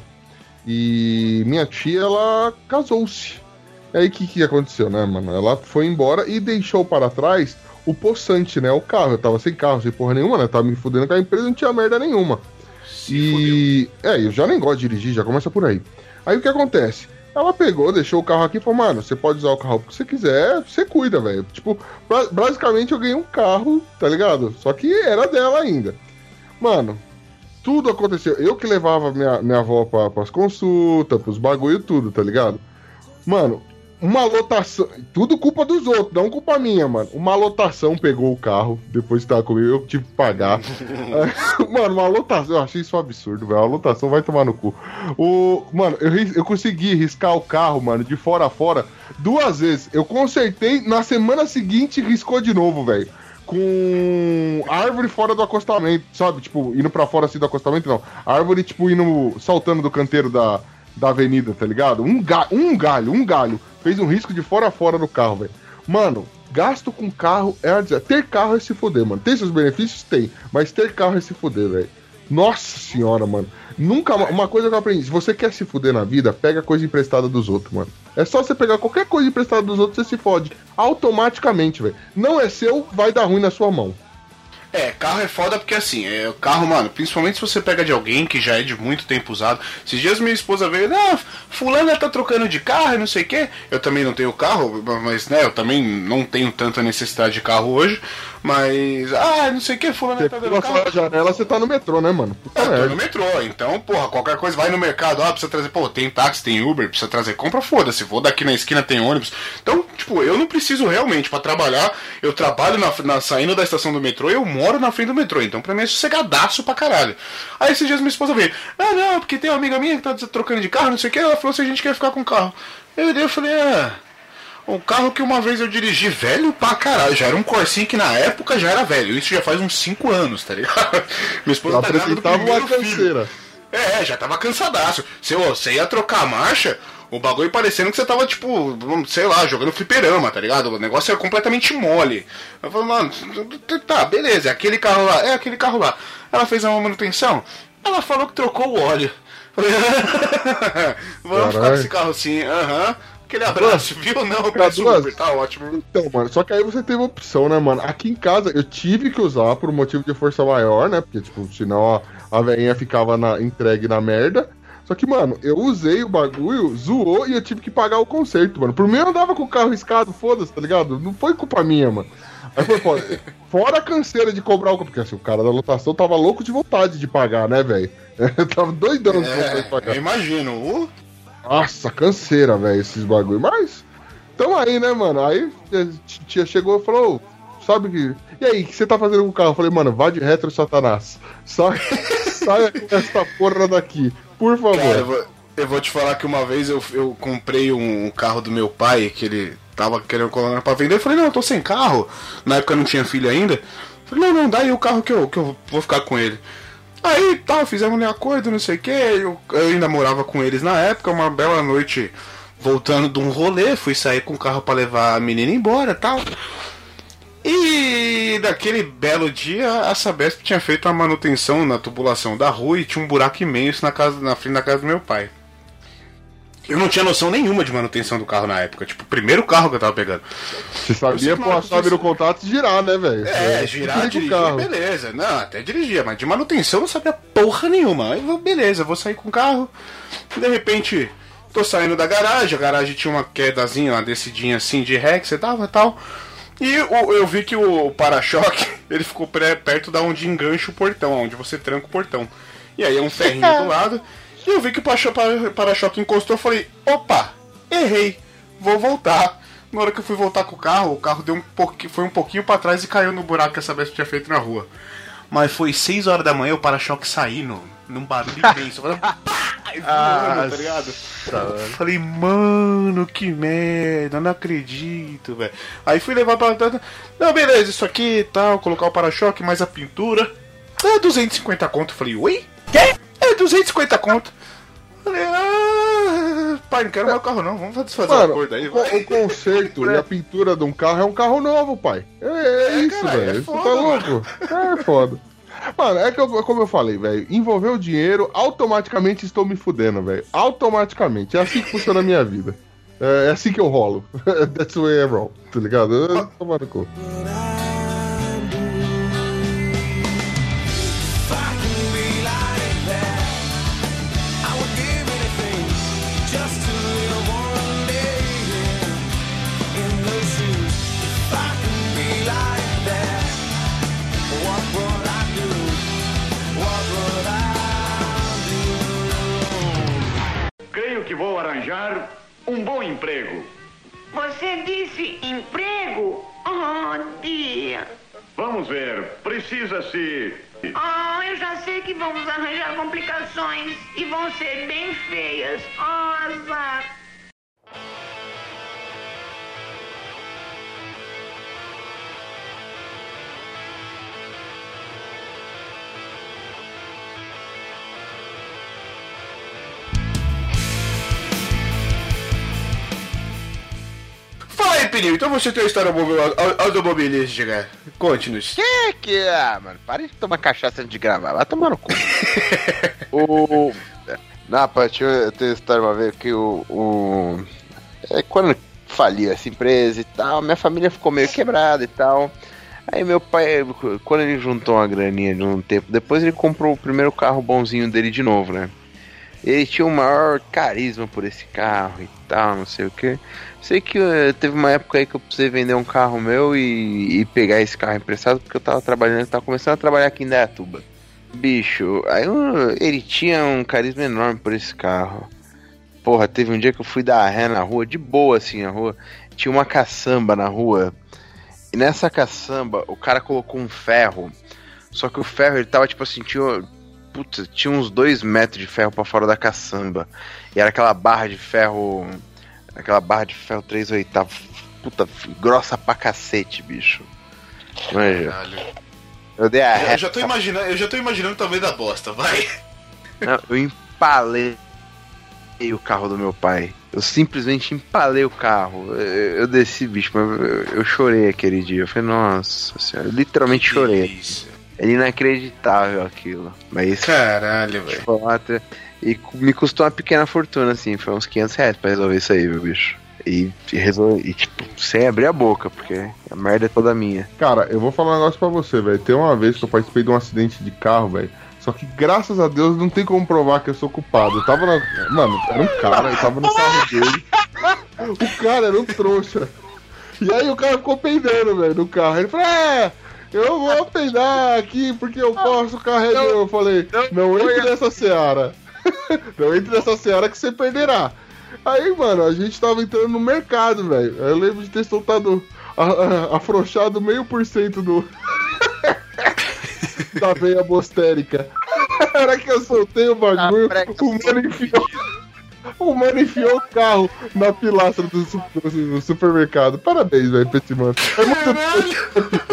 E minha tia, ela casou-se. E aí, o que, que aconteceu, né, mano? Ela foi embora e deixou para trás o possante, né? O carro. Eu tava sem carro, sem porra nenhuma, né? Tava me fudendo com a empresa, não tinha merda nenhuma. Se E... É, eu já nem gosto de dirigir, já começa por aí. Aí, o que acontece? Ela pegou, deixou o carro aqui e falou, mano, você pode usar o carro que você quiser, você cuida, velho. Tipo, pra- basicamente eu ganhei um carro, tá ligado? Só que era dela ainda. Mano, tudo aconteceu. Eu que levava minha, minha avó pra, pras consultas, pros bagulho, tudo, tá ligado? Mano, uma lotação. Tudo culpa dos outros, não culpa minha, mano. Uma lotação pegou o carro, depois que tava comigo, eu tive que pagar. Mano, uma lotação, eu achei isso um absurdo, velho. A lotação vai tomar no cu. O, mano, eu, ris- eu consegui riscar o carro, mano, de fora a fora duas vezes. Eu consertei, na semana seguinte riscou de novo, velho. Com árvore fora do acostamento, sabe? Tipo, indo pra fora assim do acostamento, não. Árvore, tipo, indo, saltando do canteiro da, da avenida, tá ligado? Um, ga um galho, um galho. Fez um risco de fora a fora no carro, velho. Mano, gasto com carro é a dizer. Ter carro é se fuder, mano. Tem seus benefícios? Tem. Mas ter carro é se fuder, velho. Nossa senhora, mano. Nunca. Uma coisa que eu aprendi: se você quer se fuder na vida, pega coisa emprestada dos outros, mano. É só você pegar qualquer coisa emprestada dos outros, você se fode. Automaticamente, velho. Não é seu, vai dar ruim na sua mão. É, carro é foda porque assim, é, o carro, mano, principalmente se você pega de alguém que já é de muito tempo usado. Esses dias minha esposa veio, ah, fulana tá trocando de carro e não sei o que. Eu também não tenho carro, mas né, eu também não tenho tanta necessidade de carro hoje. Mas, ah, não sei o que, fulana Você tá pula dando carro. a janela, você tá no metrô, né, mano? Puta Eu tô merda. no metrô, então, porra, qualquer coisa, vai no mercado, ah, precisa trazer, pô, tem táxi, tem Uber, precisa trazer compra, foda-se, vou daqui na esquina, tem ônibus. Então, tipo, eu não preciso realmente, pra trabalhar, eu trabalho na, na saindo da estação do metrô e eu moro na frente do metrô, então pra mim é sossegadaço pra caralho. Aí esses dias minha esposa veio, ah, não, porque tem uma amiga minha que tá trocando de carro, não sei o que, ela falou se a gente quer ficar com o carro. Eu olhei e falei, ah... O carro que uma vez eu dirigi velho pra caralho, já era um Corsinha que na época já era velho, isso já faz uns cinco anos, tá ligado? Minha esposa tá grávida do Apresentava uma primeiro filho. canseira. É, já tava cansadaço. Você, ó, você ia trocar a marcha, o bagulho parecendo que você tava, tipo, sei lá, jogando fliperama, tá ligado? O negócio era completamente mole. Eu falei, mano, tá, beleza, é aquele carro lá, é aquele carro lá. Ela fez a manutenção, ela falou que trocou o óleo. Falei, vamos ficar com Caralho. esse carro assim, aham. Aquele abraço, viu? Não, eu Pra peço duas. Uber, tá ótimo. Então, mano, só que aí você teve opção, né, mano? Aqui em casa eu tive que usar por um motivo de força maior, né? Porque, tipo, senão a, a velhinha ficava na, entregue na merda. Só que, mano, eu usei o bagulho, zoou e eu tive que pagar o conserto, mano. Por mim eu andava com o carro riscado, foda-se, tá ligado? Não foi culpa minha, mano. Aí foi foda. Fora a canseira de cobrar o. Porque assim, o cara da lotação tava louco de vontade de pagar, né, velho? Tava doidão de vontade de É, pagar. eu imagino. Uh, Nossa, canseira, velho, esses bagulho. Mas, tamo aí, né, mano? Aí a tia chegou e falou, "Ô, sabe que... E aí, o que você tá fazendo com o carro?" Eu falei, mano, vá de retro, Satanás. Sai, saia com essa porra daqui, por favor. Cara, eu vou, eu vou te falar que uma vez eu, eu comprei um carro do meu pai, que ele tava querendo colocar pra vender. Eu falei, não, eu tô sem carro. Na época eu não tinha filho ainda. Eu falei, não, não, dá aí o carro que eu, que eu vou ficar com ele. Aí, tal, fizemos um acordo, não sei o que. Eu, eu ainda morava com eles na época. Uma bela noite, voltando de um rolê, fui sair com o carro pra levar a menina embora, tal. E daquele belo dia, a Sabesp tinha feito a manutenção na tubulação da rua e tinha um buraco imenso na, casa, na frente da casa do meu pai. Eu não tinha noção nenhuma de manutenção do carro na época. Tipo, o primeiro carro que eu tava pegando. Você sabia pôr a chave no contato e girar, né, velho? É, é, girar, dirigir, beleza. Não, até dirigia, mas de manutenção eu não sabia porra nenhuma. Aí, beleza, vou sair com o carro. De repente, tô saindo da garagem. A garagem tinha uma quedazinha, uma descidinha assim de ré que você dava e tal. E eu, eu vi que o para-choque, ele ficou perto da onde engancha o portão, onde você tranca o portão. E aí é um ferrinho do lado. E eu vi que o para-choque encostou, eu falei, opa, errei, vou voltar. Na hora que eu fui voltar com o carro, o carro deu um pouquinho, foi um pouquinho pra trás e caiu no buraco que essa bestia tinha feito na rua. Mas foi seis horas da manhã, o para-choque saindo, num barulho imenso. Falei, pá! E voando, tá ligado? Falei, mano, que merda, não acredito, velho. Aí fui levar pra... Não, beleza, isso aqui e tal, colocar o para-choque, mais a pintura. É duzentos e cinquenta conto. Falei, oi? Quê? É duzentos e cinquenta conto. Falei, ah, pai, não quero mais o carro não, vamos desfazer Mano, a cor daí. O, o conserto e a pintura de um carro é um carro novo, pai. É, é, é isso, velho. É Você tá louco? É foda. Mano, é que eu, como eu falei, velho, envolveu o dinheiro, automaticamente estou me fudendo, velho. Automaticamente. É assim que funciona a minha vida. É, é assim que eu rolo. That's the way I roll, tá ligado? Tomando cu. Creio que vou arranjar um bom emprego. Você disse emprego? Oh, dia. Vamos ver, precisa-se... Oh, eu já sei que vamos arranjar complicações e vão ser bem feias. Oh, azar. Fala aí, Pininho, então você tem a história automobilística. Conte-nos. Que que... Ah, mano, para de tomar cachaça antes de gravar. Vai tomar no cu. o... Não, rapaz, eu tenho história uma vez que o... o... É, quando faliu essa empresa e tal, minha família ficou meio quebrada e tal. Aí meu pai, quando ele juntou uma graninha de um tempo, depois ele comprou o primeiro carro bonzinho dele de novo, né? Ele tinha o maior carisma por esse carro e tal, não sei o que. Sei que uh, teve uma época aí que eu precisei vender um carro meu e, e pegar esse carro emprestado, porque eu tava trabalhando, eu tava começando a trabalhar aqui em Indaiatuba. Bicho, aí eu, ele tinha um carisma enorme por esse carro. Porra, teve um dia que eu fui dar ré na rua, de boa assim na rua, tinha uma caçamba na rua. E nessa caçamba, o cara colocou um ferro, só que o ferro, ele tava tipo assim, tinha... Puta, tinha uns dois metros de ferro pra fora da caçamba. E era aquela barra de ferro. Aquela barra de ferro três oitavos. Puta, grossa pra cacete, bicho. Manja. Eu dei a ré. Eu já tô imaginando, eu já tô imaginando também da bosta, vai. Não, eu empalei o carro do meu pai. Eu simplesmente empalei o carro. Eu, eu desci, bicho, mas eu, eu chorei aquele dia. Eu falei, nossa senhora, eu literalmente que chorei. Delícia. É inacreditável aquilo. Mas caralho, velho. E me custou uma pequena fortuna, assim. Foi uns quinhentos reais pra resolver isso aí, meu bicho. E, e, resolve, e tipo, sem abrir a boca, porque a merda é toda minha. Cara, eu vou falar um negócio pra você, velho. Tem uma vez que eu participei de um acidente de carro, velho. Só que graças a Deus não tem como provar que eu sou culpado. Eu tava na... Mano, era um cara, eu tava no carro dele. O cara era um trouxa. E aí o cara ficou peidando, velho, no carro. Ele falou, é... Eu vou peidar aqui porque eu posso carregar. Eu falei, não, não entre nessa seara. Não entre nessa seara que você perderá. Aí, mano, a gente tava entrando no mercado, velho. Eu lembro de ter soltado, a, a, afrouxado meio por cento do... da veia bostérica. Na hora que eu soltei o bagulho, o mano enfiou... O mano enfiou o carro na pilastra do, do, do supermercado. Parabéns, velho, pra esse mano. É muito...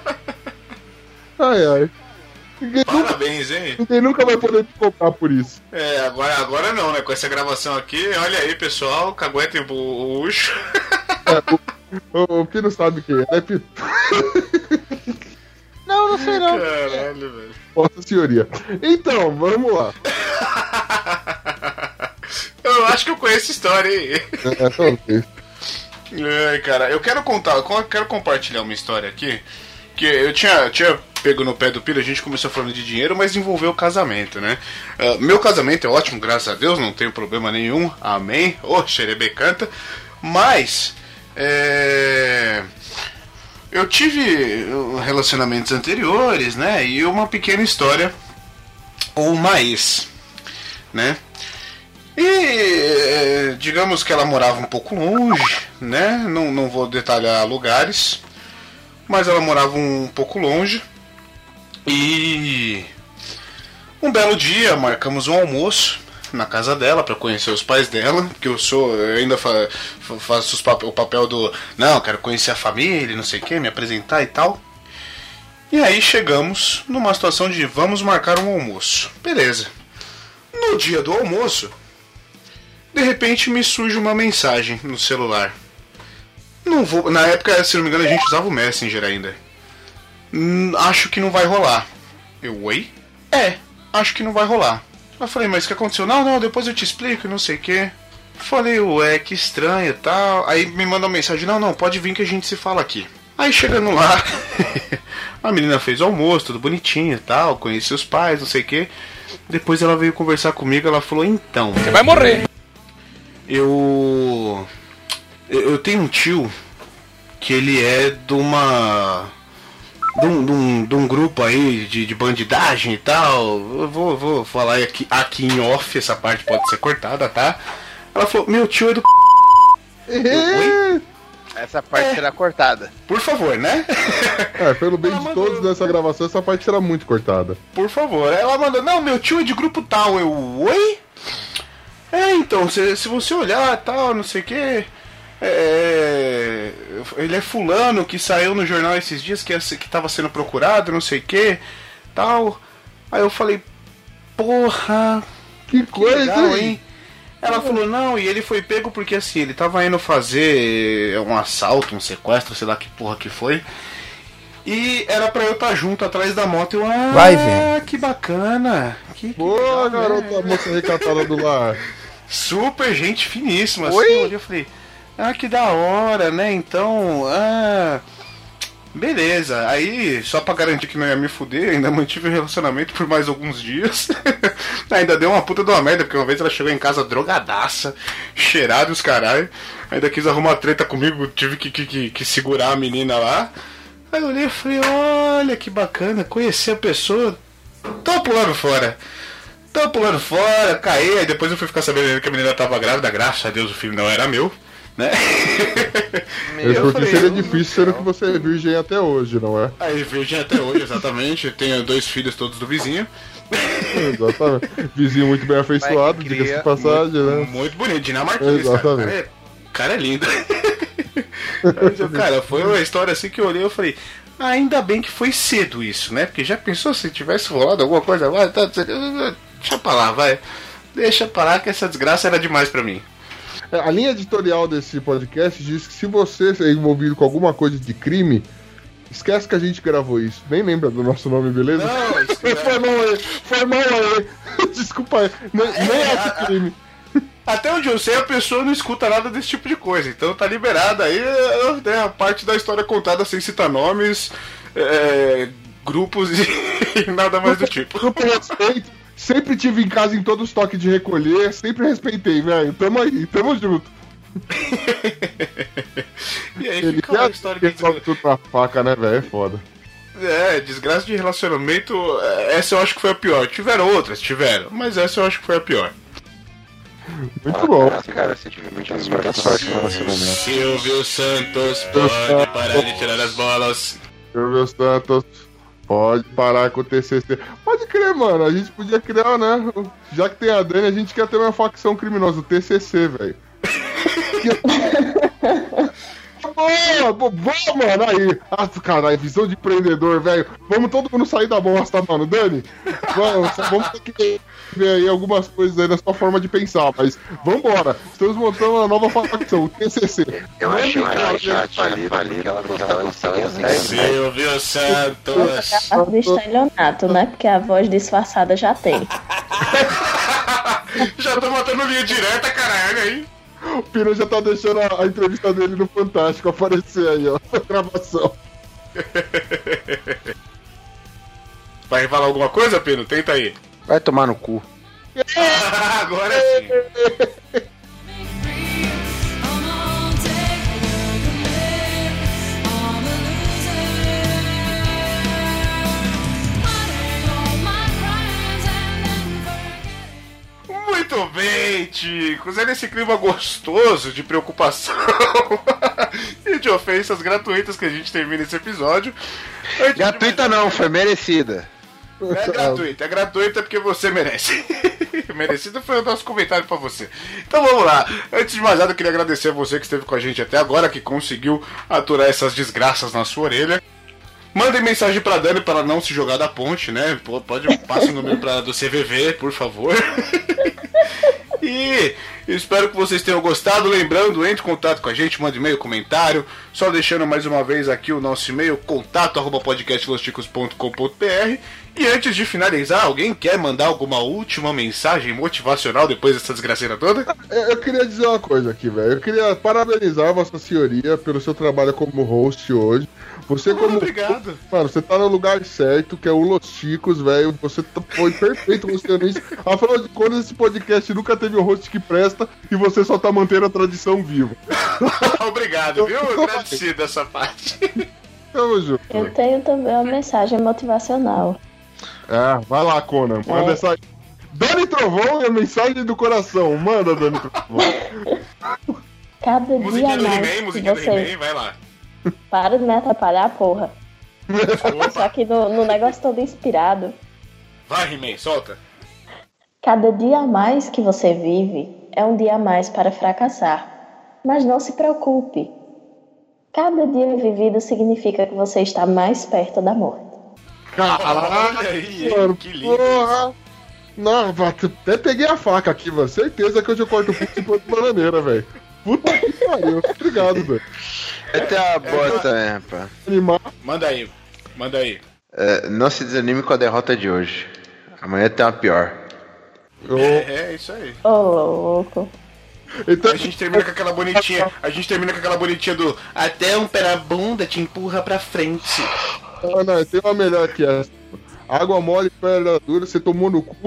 Ai, ai. Ninguém Parabéns, nunca, hein? Ninguém nunca vai poder te cobrar por isso. É, agora, agora não, né? Com essa gravação aqui, olha aí, pessoal, caguetem o bucho. É, o, o, o Pino sabe quem é, né, Pino? Não, não sei não. Caralho, velho. Vossa senhoria. Então, vamos lá. Eu acho que eu conheço a história, hein? É, talvez. Ai, cara, eu quero contar, eu quero compartilhar uma história aqui. Que eu tinha, tinha pego no pé do Piro, a gente começou falando de dinheiro, mas envolveu o casamento, né? Uh, meu casamento é ótimo, graças a Deus, não tenho problema nenhum, amém. Ô, oh, xerebe canta. Mas, é... eu tive relacionamentos anteriores, né? E uma pequena história, ou uma ex, né? E digamos que ela morava um pouco longe, né? Não, não vou detalhar lugares, mas ela morava um pouco longe. E um belo dia marcamos um almoço na casa dela para conhecer os pais dela, porque eu sou, eu ainda fa, faço os papel, o papel do não, quero conhecer a família, não sei o que, me apresentar e tal. E aí chegamos numa situação de vamos marcar um almoço, beleza? No dia do almoço, de repente me surge uma mensagem no celular. Não vou, na época, se não me engano, a gente usava o Messenger ainda. Hum, acho que não vai rolar. Eu, oi? É, acho que não vai rolar. Eu falei, mas o que aconteceu? Não, não, depois eu te explico, não sei o que. Falei, ué, que estranho e tal. Aí me manda uma mensagem, não, não, pode vir que a gente se fala aqui. Aí chegando lá, a menina fez o almoço, tudo bonitinho e tal, conheci os pais, não sei o que. Depois ela veio conversar comigo, ela falou, então... Você vai morrer! Eu... Eu tenho um tio que ele é de uma... De um, de um, de um grupo aí de, de bandidagem e tal. Eu vou, vou falar aqui, aqui em off, essa parte pode ser cortada, tá? Ela falou, meu tio é do... Eu, essa parte é. será cortada. Por favor, né? É, pelo bem ela de mandou... todos nessa gravação, essa parte será muito cortada. Por favor. Ela mandou, não, meu tio é de grupo tal. Eu, oi? É, então, se, se você olhar tal, não sei o que... É, ele é fulano que saiu no jornal esses dias que, que tava sendo procurado, não sei o que, tal. Aí eu falei, porra, que, que coisa, legal, hein? Ela falou, não, e ele foi pego porque assim, ele tava indo fazer um assalto, um sequestro, sei lá que porra que foi. E era pra eu estar junto atrás da moto. Eu, ah, vai, velho. Que bacana. Que, boa, que legal, garota, né? Moça recatada do lar. Super gente finíssima. Oi? Assim, eu falei, ah, que da hora, né? Então, ah, beleza. Aí, só pra garantir que não ia me fuder, ainda mantive o relacionamento por mais alguns dias. Ainda deu uma puta de uma merda, porque uma vez ela chegou em casa drogadaça, cheirada os caralho. Ainda quis arrumar treta comigo, tive que, que, que, que segurar a menina lá. Aí eu olhei e falei, olha que bacana, conheci a pessoa, tô pulando fora. Tô pulando fora, caí, aí depois eu fui ficar sabendo que a menina tava grávida, graças a Deus o filho não era meu, né? Eu porque falei, seria difícil sendo que você é virgem até hoje, não é? Aí, virgem até hoje, exatamente, tenho dois filhos todos do vizinho. Exatamente, vizinho muito bem afeiçoado, diga-se de passagem, muito, né? Muito bonito, dinamarquês, exatamente. Cara, cara, é, cara é lindo. Mas, cara, foi uma história assim que eu olhei e falei, ah, ainda bem que foi cedo isso, né? Porque já pensou se tivesse rolado alguma coisa lá? Tá, deixa pra lá, vai. Deixa pra lá que essa desgraça era demais pra mim. A linha editorial desse podcast diz que se você é envolvido com alguma coisa de crime, esquece que a gente gravou isso. Nem lembra do nosso nome, beleza? Não, isso foi mal aí. Foi mal aí. Desculpa aí. Nem, é, nem é de crime. Até onde eu sei, a pessoa não escuta nada desse tipo de coisa. Então tá liberada aí né, a parte da história contada sem citar nomes, é, grupos e nada mais do tipo. Super respeito. Sempre tive em casa em todos os toques de recolher. Sempre respeitei, velho. Tamo aí, tamo junto. E aí ele fica a história que sobe tudo pra faca, né, velho? É foda. É, desgraça de relacionamento, essa eu acho que foi a pior. Tiveram outras, tiveram, mas essa eu acho que foi a pior. Muito bom. Cara, você tive muita sorte no relacionamento. Silvio Santos, pode parar de tirar as bolas. Silvio Santos, pode parar com o T C C. Pode crer, mano, a gente podia criar, né? Já que tem a Dani, a gente quer ter uma facção criminosa, o T C C, velho. Boa, boa, mano, aí. Ah, caralho, visão de empreendedor, velho. Vamos todo mundo sair da bosta, mano, Dani. Vamos, vamos ter que ver aí algumas coisas aí na sua forma de pensar, mas vambora. Estamos montando uma nova facção, o T C C. Eu achei que ela já tinha falido, ela gostava de Silvio Santos. A voz de estelionato, né? Porque a voz disfarçada já tem. Já tô matando linha direta, caralho, aí. O Pino já tá deixando a, a entrevista dele no Fantástico aparecer aí, ó. A gravação. Vai falar alguma coisa, Pino? Tenta aí. Vai tomar no cu. Agora sim. Muito bem, ticos. É nesse clima gostoso de preocupação e de ofensas gratuitas que a gente termina esse episódio. Antes Gratuita de... não, foi merecida. É gratuita, é gratuita porque você merece. Merecido foi o nosso comentário pra você. Então vamos lá. Antes de mais nada, eu queria agradecer a você que esteve com a gente até agora, que conseguiu aturar essas desgraças na sua orelha. Mandem mensagem pra Dani para ela não se jogar da ponte, né? Pode passar o número pra, do C V V, por favor. E espero que vocês tenham gostado. Lembrando, entre em contato com a gente, mande e-mail, comentário. Só deixando mais uma vez aqui o nosso e-mail, contato arroba podcast los ticos ponto com ponto b r. E antes de finalizar, alguém quer mandar alguma última mensagem motivacional depois dessa desgraceira toda? Eu queria dizer uma coisa aqui, velho. Eu queria parabenizar Vossa Senhoria pelo seu trabalho como host hoje. Você oh, como... Obrigado. Mano, você tá no lugar certo, que é o Los Chicos, velho. Você foi perfeito mostrando isso. Afinal de contas, esse podcast nunca teve um host que presta e você só tá mantendo a tradição viva. Obrigado, viu? Agradecido essa parte. Tamo junto. Eu tenho também uma mensagem motivacional. Ah, vai lá, Conan. Manda É. essa. Dani Trovão é a mensagem do coração. Manda, Dani Trovão. Cada dia Musiquinha do mais He-Man, que musiquinha do você He-Man, vai lá. para de me atrapalhar, porra. Só que no, no negócio todo inspirado. Vai, He-Man, solta. Cada dia a mais que você vive é um dia a mais para fracassar. Mas não se preocupe. Cada dia vivido significa que você está mais perto da morte. Caralho, Olha aí, hein? mano, Que lindo. porra. Não, até peguei a faca aqui, mano. Certeza que eu já corto o pulso de bananeira, velho. Puta que pariu. Obrigado, velho. Até a boa também, rapaz. Animar. Manda aí, manda aí. É, não se desanime com a derrota de hoje. Amanhã tem uma pior. Eu... É, é isso aí. Ô, louco. Então, A gente termina com aquela bonitinha, a gente termina com aquela bonitinha do até um pé na bunda te empurra pra frente. ah, não, tem uma melhor que essa. Água mole, pedra dura, você tomou no cu.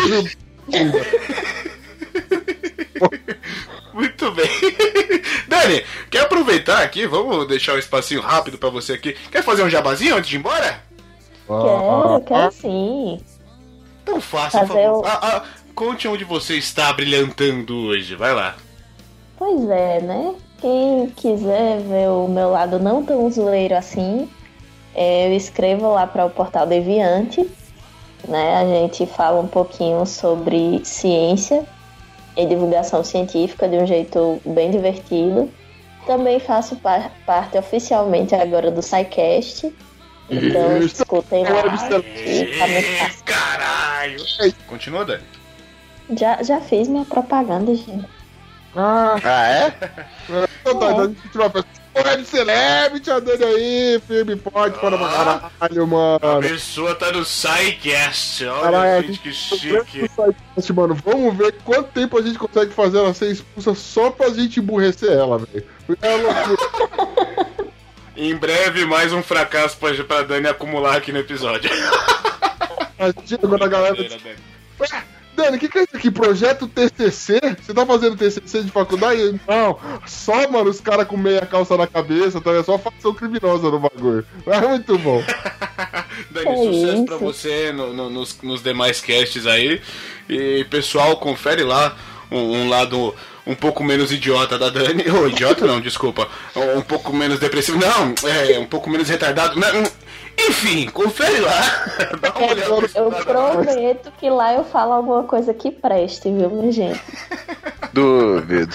Muito bem. Dani, quer aproveitar aqui? Vamos deixar um espacinho rápido pra você aqui. Quer fazer um jabazinho antes de ir embora? Quero, quero sim. Tão fácil, por Fazer favor. o- Ah, ah, conte onde você está brilhantando hoje, vai lá. Pois é, né? Quem quiser ver o meu lado não tão zoeiro assim, é, eu escrevo lá para o Portal Deviante, né? A gente fala um pouquinho sobre ciência e divulgação científica de um jeito bem divertido. Também faço par- parte oficialmente agora do SciCast, então Isso. escutem lá. Isso. que tá muito fácil. Caralho. Continua, Dani. Já, já fiz minha propaganda, gente. Ah, Ah, é? então tá, então a gente vai pra porra de celebrity, a Dani aí, firme e forte, para pra caralho, A mano. pessoa tá no SciCast, olha, Caralho, gente, que a chique. gente- Mano, vamos ver quanto tempo a gente consegue fazer ela ser expulsa só pra gente emburrecer ela, velho. Porque é loucura. Em breve, mais um fracasso pra, pra Dani acumular aqui no episódio. Imagina quando a galera diz, Dani. "Ué, Dani, o que, que é isso aqui? Projeto T C C? Você tá fazendo T C C de faculdade? Não, só, mano, os caras com meia calça na cabeça, tá? É só facção criminosa no bagulho. É muito bom. Dani, É sucesso isso. pra você no- no- nos, nos demais casts aí. E pessoal, confere lá um, um lado um pouco menos idiota da Dani. Ô, idiota não, desculpa. Um pouco menos depressivo. Não, é um pouco menos retardado. Não, enfim, confere lá. Dá uma olhada. Eu prometo que lá eu falo alguma coisa que preste, viu, minha gente? Duvido.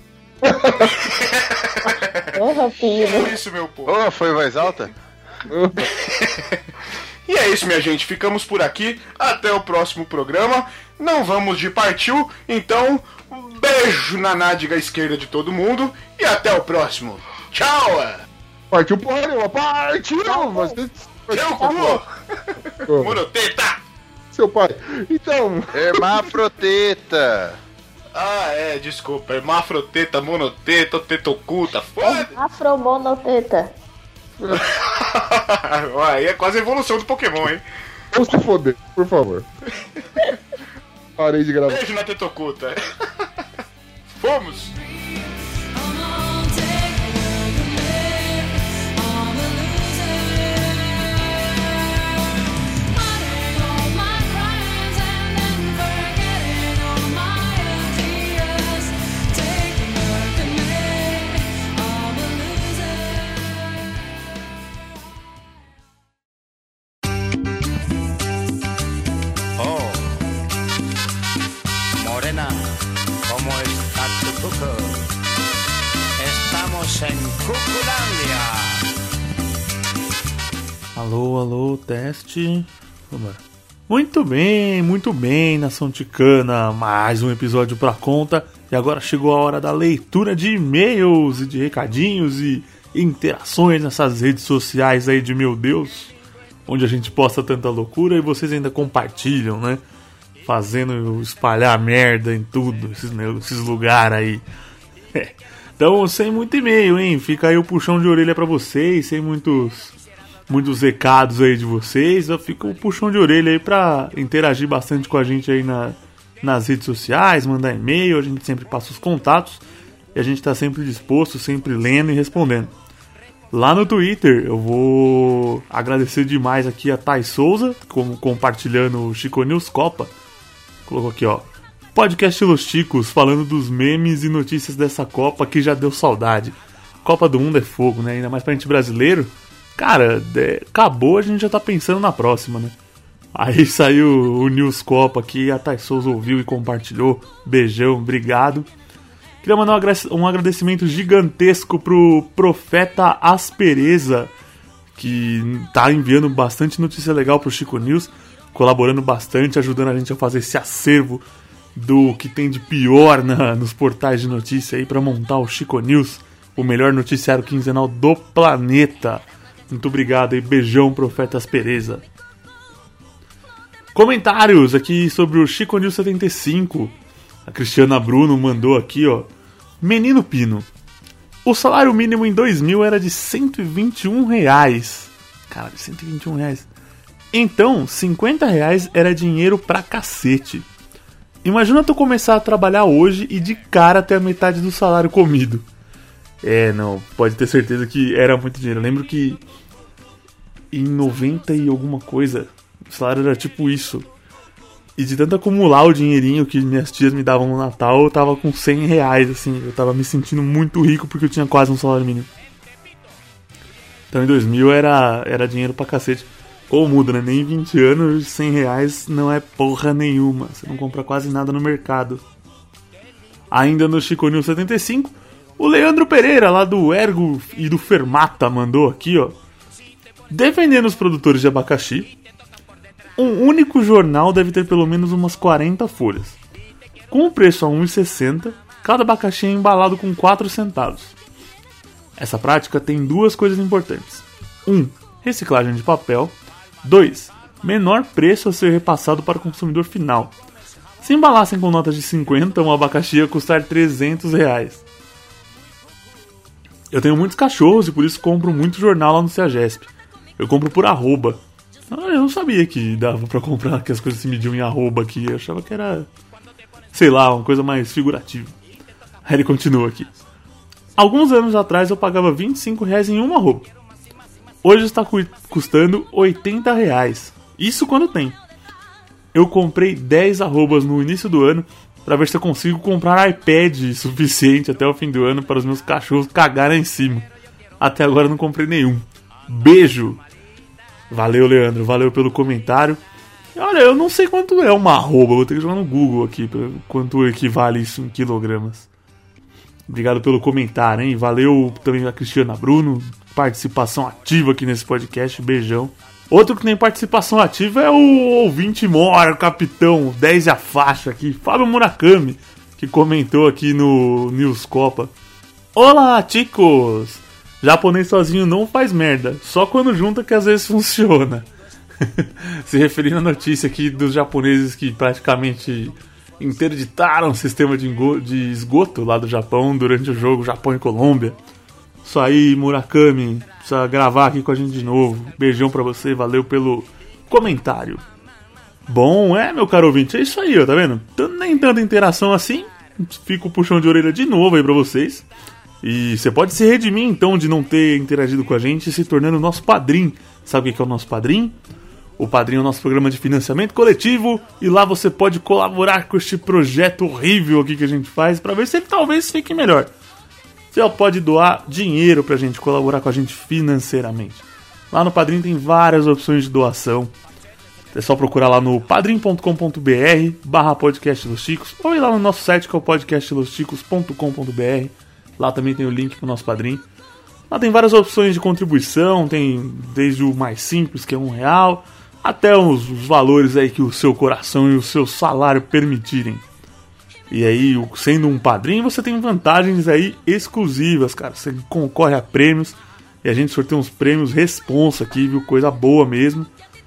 Porra, Pino. É isso, meu povo. Ô, foi voz alta? E é isso, minha gente. Ficamos por aqui. Até o próximo programa. Não vamos de partiu. Então, um beijo na nádega esquerda de todo mundo. E até o próximo. Tchau! Partiu porra nenhuma, partiu! Você... Tchau, cu! Monoteta! seu pai. Então... Hermafroteta. Ah, é, desculpa. Hermafroteta, monoteta, teta oculta. Foda. Afromonoteta. Aí é quase a evolução do Pokémon, hein? Vamos se foder, por favor. Parei de gravar. Beijo na teta oculta. Fomos! ¿Cómo está tu cuco? Estamos en Cuculândia. Alô, alô, teste. Vamos lá. Muito bem, muito bem, Nação Ticana. Mais um episódio pra conta. E agora chegou a hora da leitura de e-mails e de recadinhos e interações nessas redes sociais aí de meu Deus, onde a gente posta tanta loucura e vocês ainda compartilham, né? Fazendo espalhar merda em tudo, esses, esses lugares aí. É. Então, sem muito e-mail, hein? Fica aí o puxão de orelha pra vocês, sem muitos, muitos recados aí de vocês. Fica o puxão de orelha aí pra interagir bastante com a gente aí na, nas redes sociais, mandar e-mail, a gente sempre passa os contatos e a gente tá sempre disposto, sempre lendo e respondendo. Lá no Twitter, eu vou agradecer demais aqui a Thay Souza, como compartilhando o Chico News Copa. Colocou aqui, ó. Podcast Los Chicos, falando dos memes e notícias dessa Copa que já deu saudade. Copa do Mundo é fogo, né? Ainda mais pra gente brasileiro. Cara, é, acabou, a gente já tá pensando na próxima, né? Aí saiu o News Copa aqui, a Thay Souza ouviu e compartilhou. Beijão, obrigado. Queria mandar um agradecimento gigantesco pro Profeta Aspereza, que tá enviando bastante notícia legal pro Chico News, colaborando bastante, ajudando a gente a fazer esse acervo do que tem de pior na, nos portais de notícia aí para montar o Chico News, o melhor noticiário quinzenal do planeta. Muito obrigado aí, beijão, Profeta Aspereza. Comentários aqui sobre o Chico News setenta e cinco. A Cristiana Bruno mandou aqui, ó. Menino Pino, o salário mínimo em dois mil era de cento e vinte e um reais. Cara, cento e vinte e um reais. Então, cinquenta reais era dinheiro pra cacete. Imagina tu começar a trabalhar hoje e de cara ter a metade do salário comido. É, não, pode ter certeza que era muito dinheiro. Eu lembro que em noventa e alguma coisa, o salário era tipo isso. E de tanto acumular o dinheirinho que minhas tias me davam no Natal, eu tava com cem reais, assim. Eu tava me sentindo muito rico porque eu tinha quase um salário mínimo. Então em dois mil era, era dinheiro pra cacete. Ou muda, né? Nem vinte anos, cem reais não é porra nenhuma. Você não compra quase nada no mercado. Ainda no Chico News setenta e cinco, o Leandro Pereira, lá do Ergo e do Fermata, mandou aqui, ó. Defendendo os produtores de abacaxi, um único jornal deve ter pelo menos umas quarenta folhas. Com o preço a um real e sessenta centavos, cada abacaxi é embalado com quatro centavos. Essa prática tem duas coisas importantes. um. Reciclagem de papel. dois. Menor preço a ser repassado para o consumidor final. Se embalassem com notas de cinquenta, um abacaxi ia custar trezentos reais. Eu tenho muitos cachorros e por isso compro muito jornal lá no Ceagesp. Eu compro por arroba. Eu não sabia que dava pra comprar, que as coisas se mediam em arroba aqui. Eu achava que era, sei lá, uma coisa mais figurativa. Aí ele continua aqui. Alguns anos atrás eu pagava vinte e cinco reais em uma arroba. Hoje está custando oitenta reais. Isso quando tem. Eu comprei dez arrobas no início do ano para ver se eu consigo comprar iPad suficiente até o fim do ano para os meus cachorros cagarem em cima. Até agora eu não comprei nenhum. Beijo! Valeu, Leandro. Valeu pelo comentário. Olha, eu não sei quanto é uma arroba. Vou ter que jogar no Google aqui pra quanto equivale isso em quilogramas. Obrigado pelo comentário, hein? Valeu também a Cristiana Bruno. Participação ativa aqui nesse podcast. Beijão. Outro que tem participação ativa é o ouvinte mora, o capitão, dez a faixa aqui, Fábio Murakami, que comentou aqui no News Copa. Olá, chicos! Japonês sozinho não faz merda, só quando junta que às vezes funciona. se referindo à notícia aqui dos japoneses que praticamente interditaram o sistema de, de esgoto lá do Japão durante o jogo Japão e Colômbia. Isso aí, Murakami, precisa gravar aqui com a gente de novo. Beijão pra você, valeu pelo comentário. Bom, é, meu caro ouvinte, é isso aí, ó, tá vendo? Nem tanta interação assim. Fico puxando de orelha de novo aí pra vocês. E você pode se redimir então de não ter interagido com a gente se tornando nosso padrinho. Sabe o que é o nosso padrinho? O padrinho é o nosso programa de financiamento coletivo. E lá você pode colaborar com este projeto horrível aqui que a gente faz pra ver se ele talvez fique melhor. Você pode doar dinheiro pra gente, colaborar com a gente financeiramente. Lá no Padrim tem várias opções de doação. É só procurar lá no padrim.com.br barra podcast Los Chicos ou ir lá no nosso site que é o podcast los chicos ponto com ponto br. Lá também tem o link pro nosso Padrim. Lá tem várias opções de contribuição, tem desde o mais simples, que é um real, até os, os valores aí que o seu coração e o seu salário permitirem. E aí, sendo um padrinho, você tem vantagens aí exclusivas, cara. Você concorre a prêmios e a gente sorteia uns prêmios responsa aqui, viu? Coisa boa mesmo.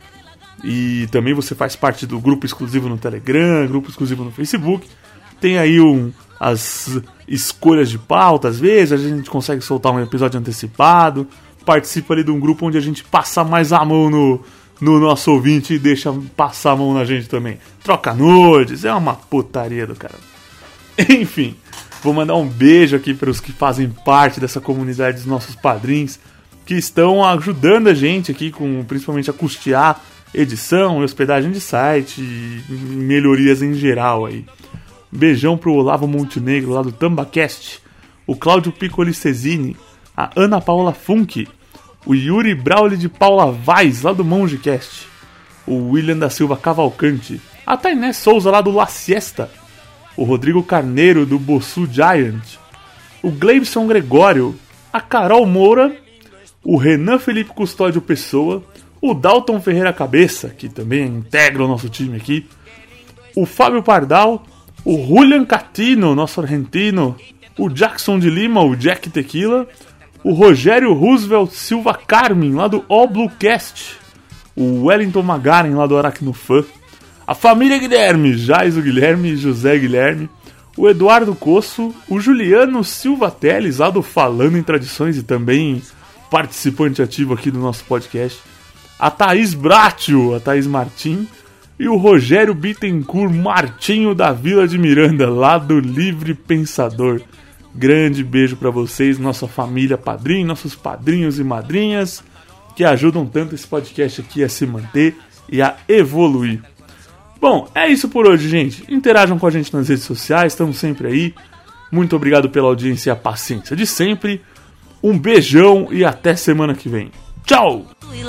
E também você faz parte do grupo exclusivo no Telegram, grupo exclusivo no Facebook. Tem aí um, as escolhas de pauta, às vezes a gente consegue soltar um episódio antecipado. Participa ali de um grupo onde a gente passa mais a mão no, no nosso ouvinte e deixa passar a mão na gente também. Troca nudes, é uma putaria do cara. Enfim, vou mandar um beijo aqui para os que fazem parte dessa comunidade dos nossos padrinhos, que estão ajudando a gente aqui, com principalmente a custear edição e hospedagem de site e melhorias em geral aí. Beijão pro Olavo Montenegro lá do Tambacast, o Cláudio Piccoli Cesini, a Ana Paula Funk, o Yuri Brauli de Paula Vaz lá do Mongecast, o William da Silva Cavalcante, a Tainé Souza lá do La Siesta, o Rodrigo Carneiro do Bossu Giant, o Gleibson Gregório, a Carol Moura, o Renan Felipe Custódio Pessoa, o Dalton Ferreira Cabeça, que também integra o nosso time aqui, o Fábio Pardal, o Julian Catino, nosso argentino, o Jackson de Lima, o Jack Tequila, o Rogério Roosevelt Silva Carmen, lá do All Blue Cast, o Wellington Magaren, lá do Aracnofã, a família Guilherme, Jaiso Guilherme e José Guilherme, o Eduardo Cosso, o Juliano Silva Teles, lá do Falando em Tradições e também participante ativo aqui do nosso podcast, a Thaís Bratio, a Thaís Martim, e o Rogério Bittencourt Martinho da Vila de Miranda, lá do Livre Pensador. Grande beijo pra vocês, nossa família padrinho, nossos padrinhos e madrinhas, que ajudam tanto esse podcast aqui a se manter e a evoluir. Bom, é isso por hoje, gente. Interajam com a gente nas redes sociais, estamos sempre aí. Muito obrigado pela audiência e a paciência de sempre. Um beijão e até semana que vem. Tchau!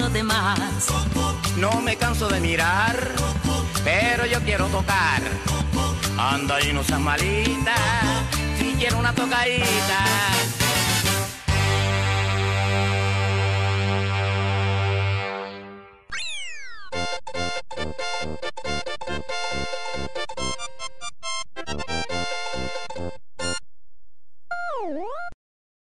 No me canso de mirar, pero yo quiero tocar. Anda y no seas malita, si quiero una tocadita.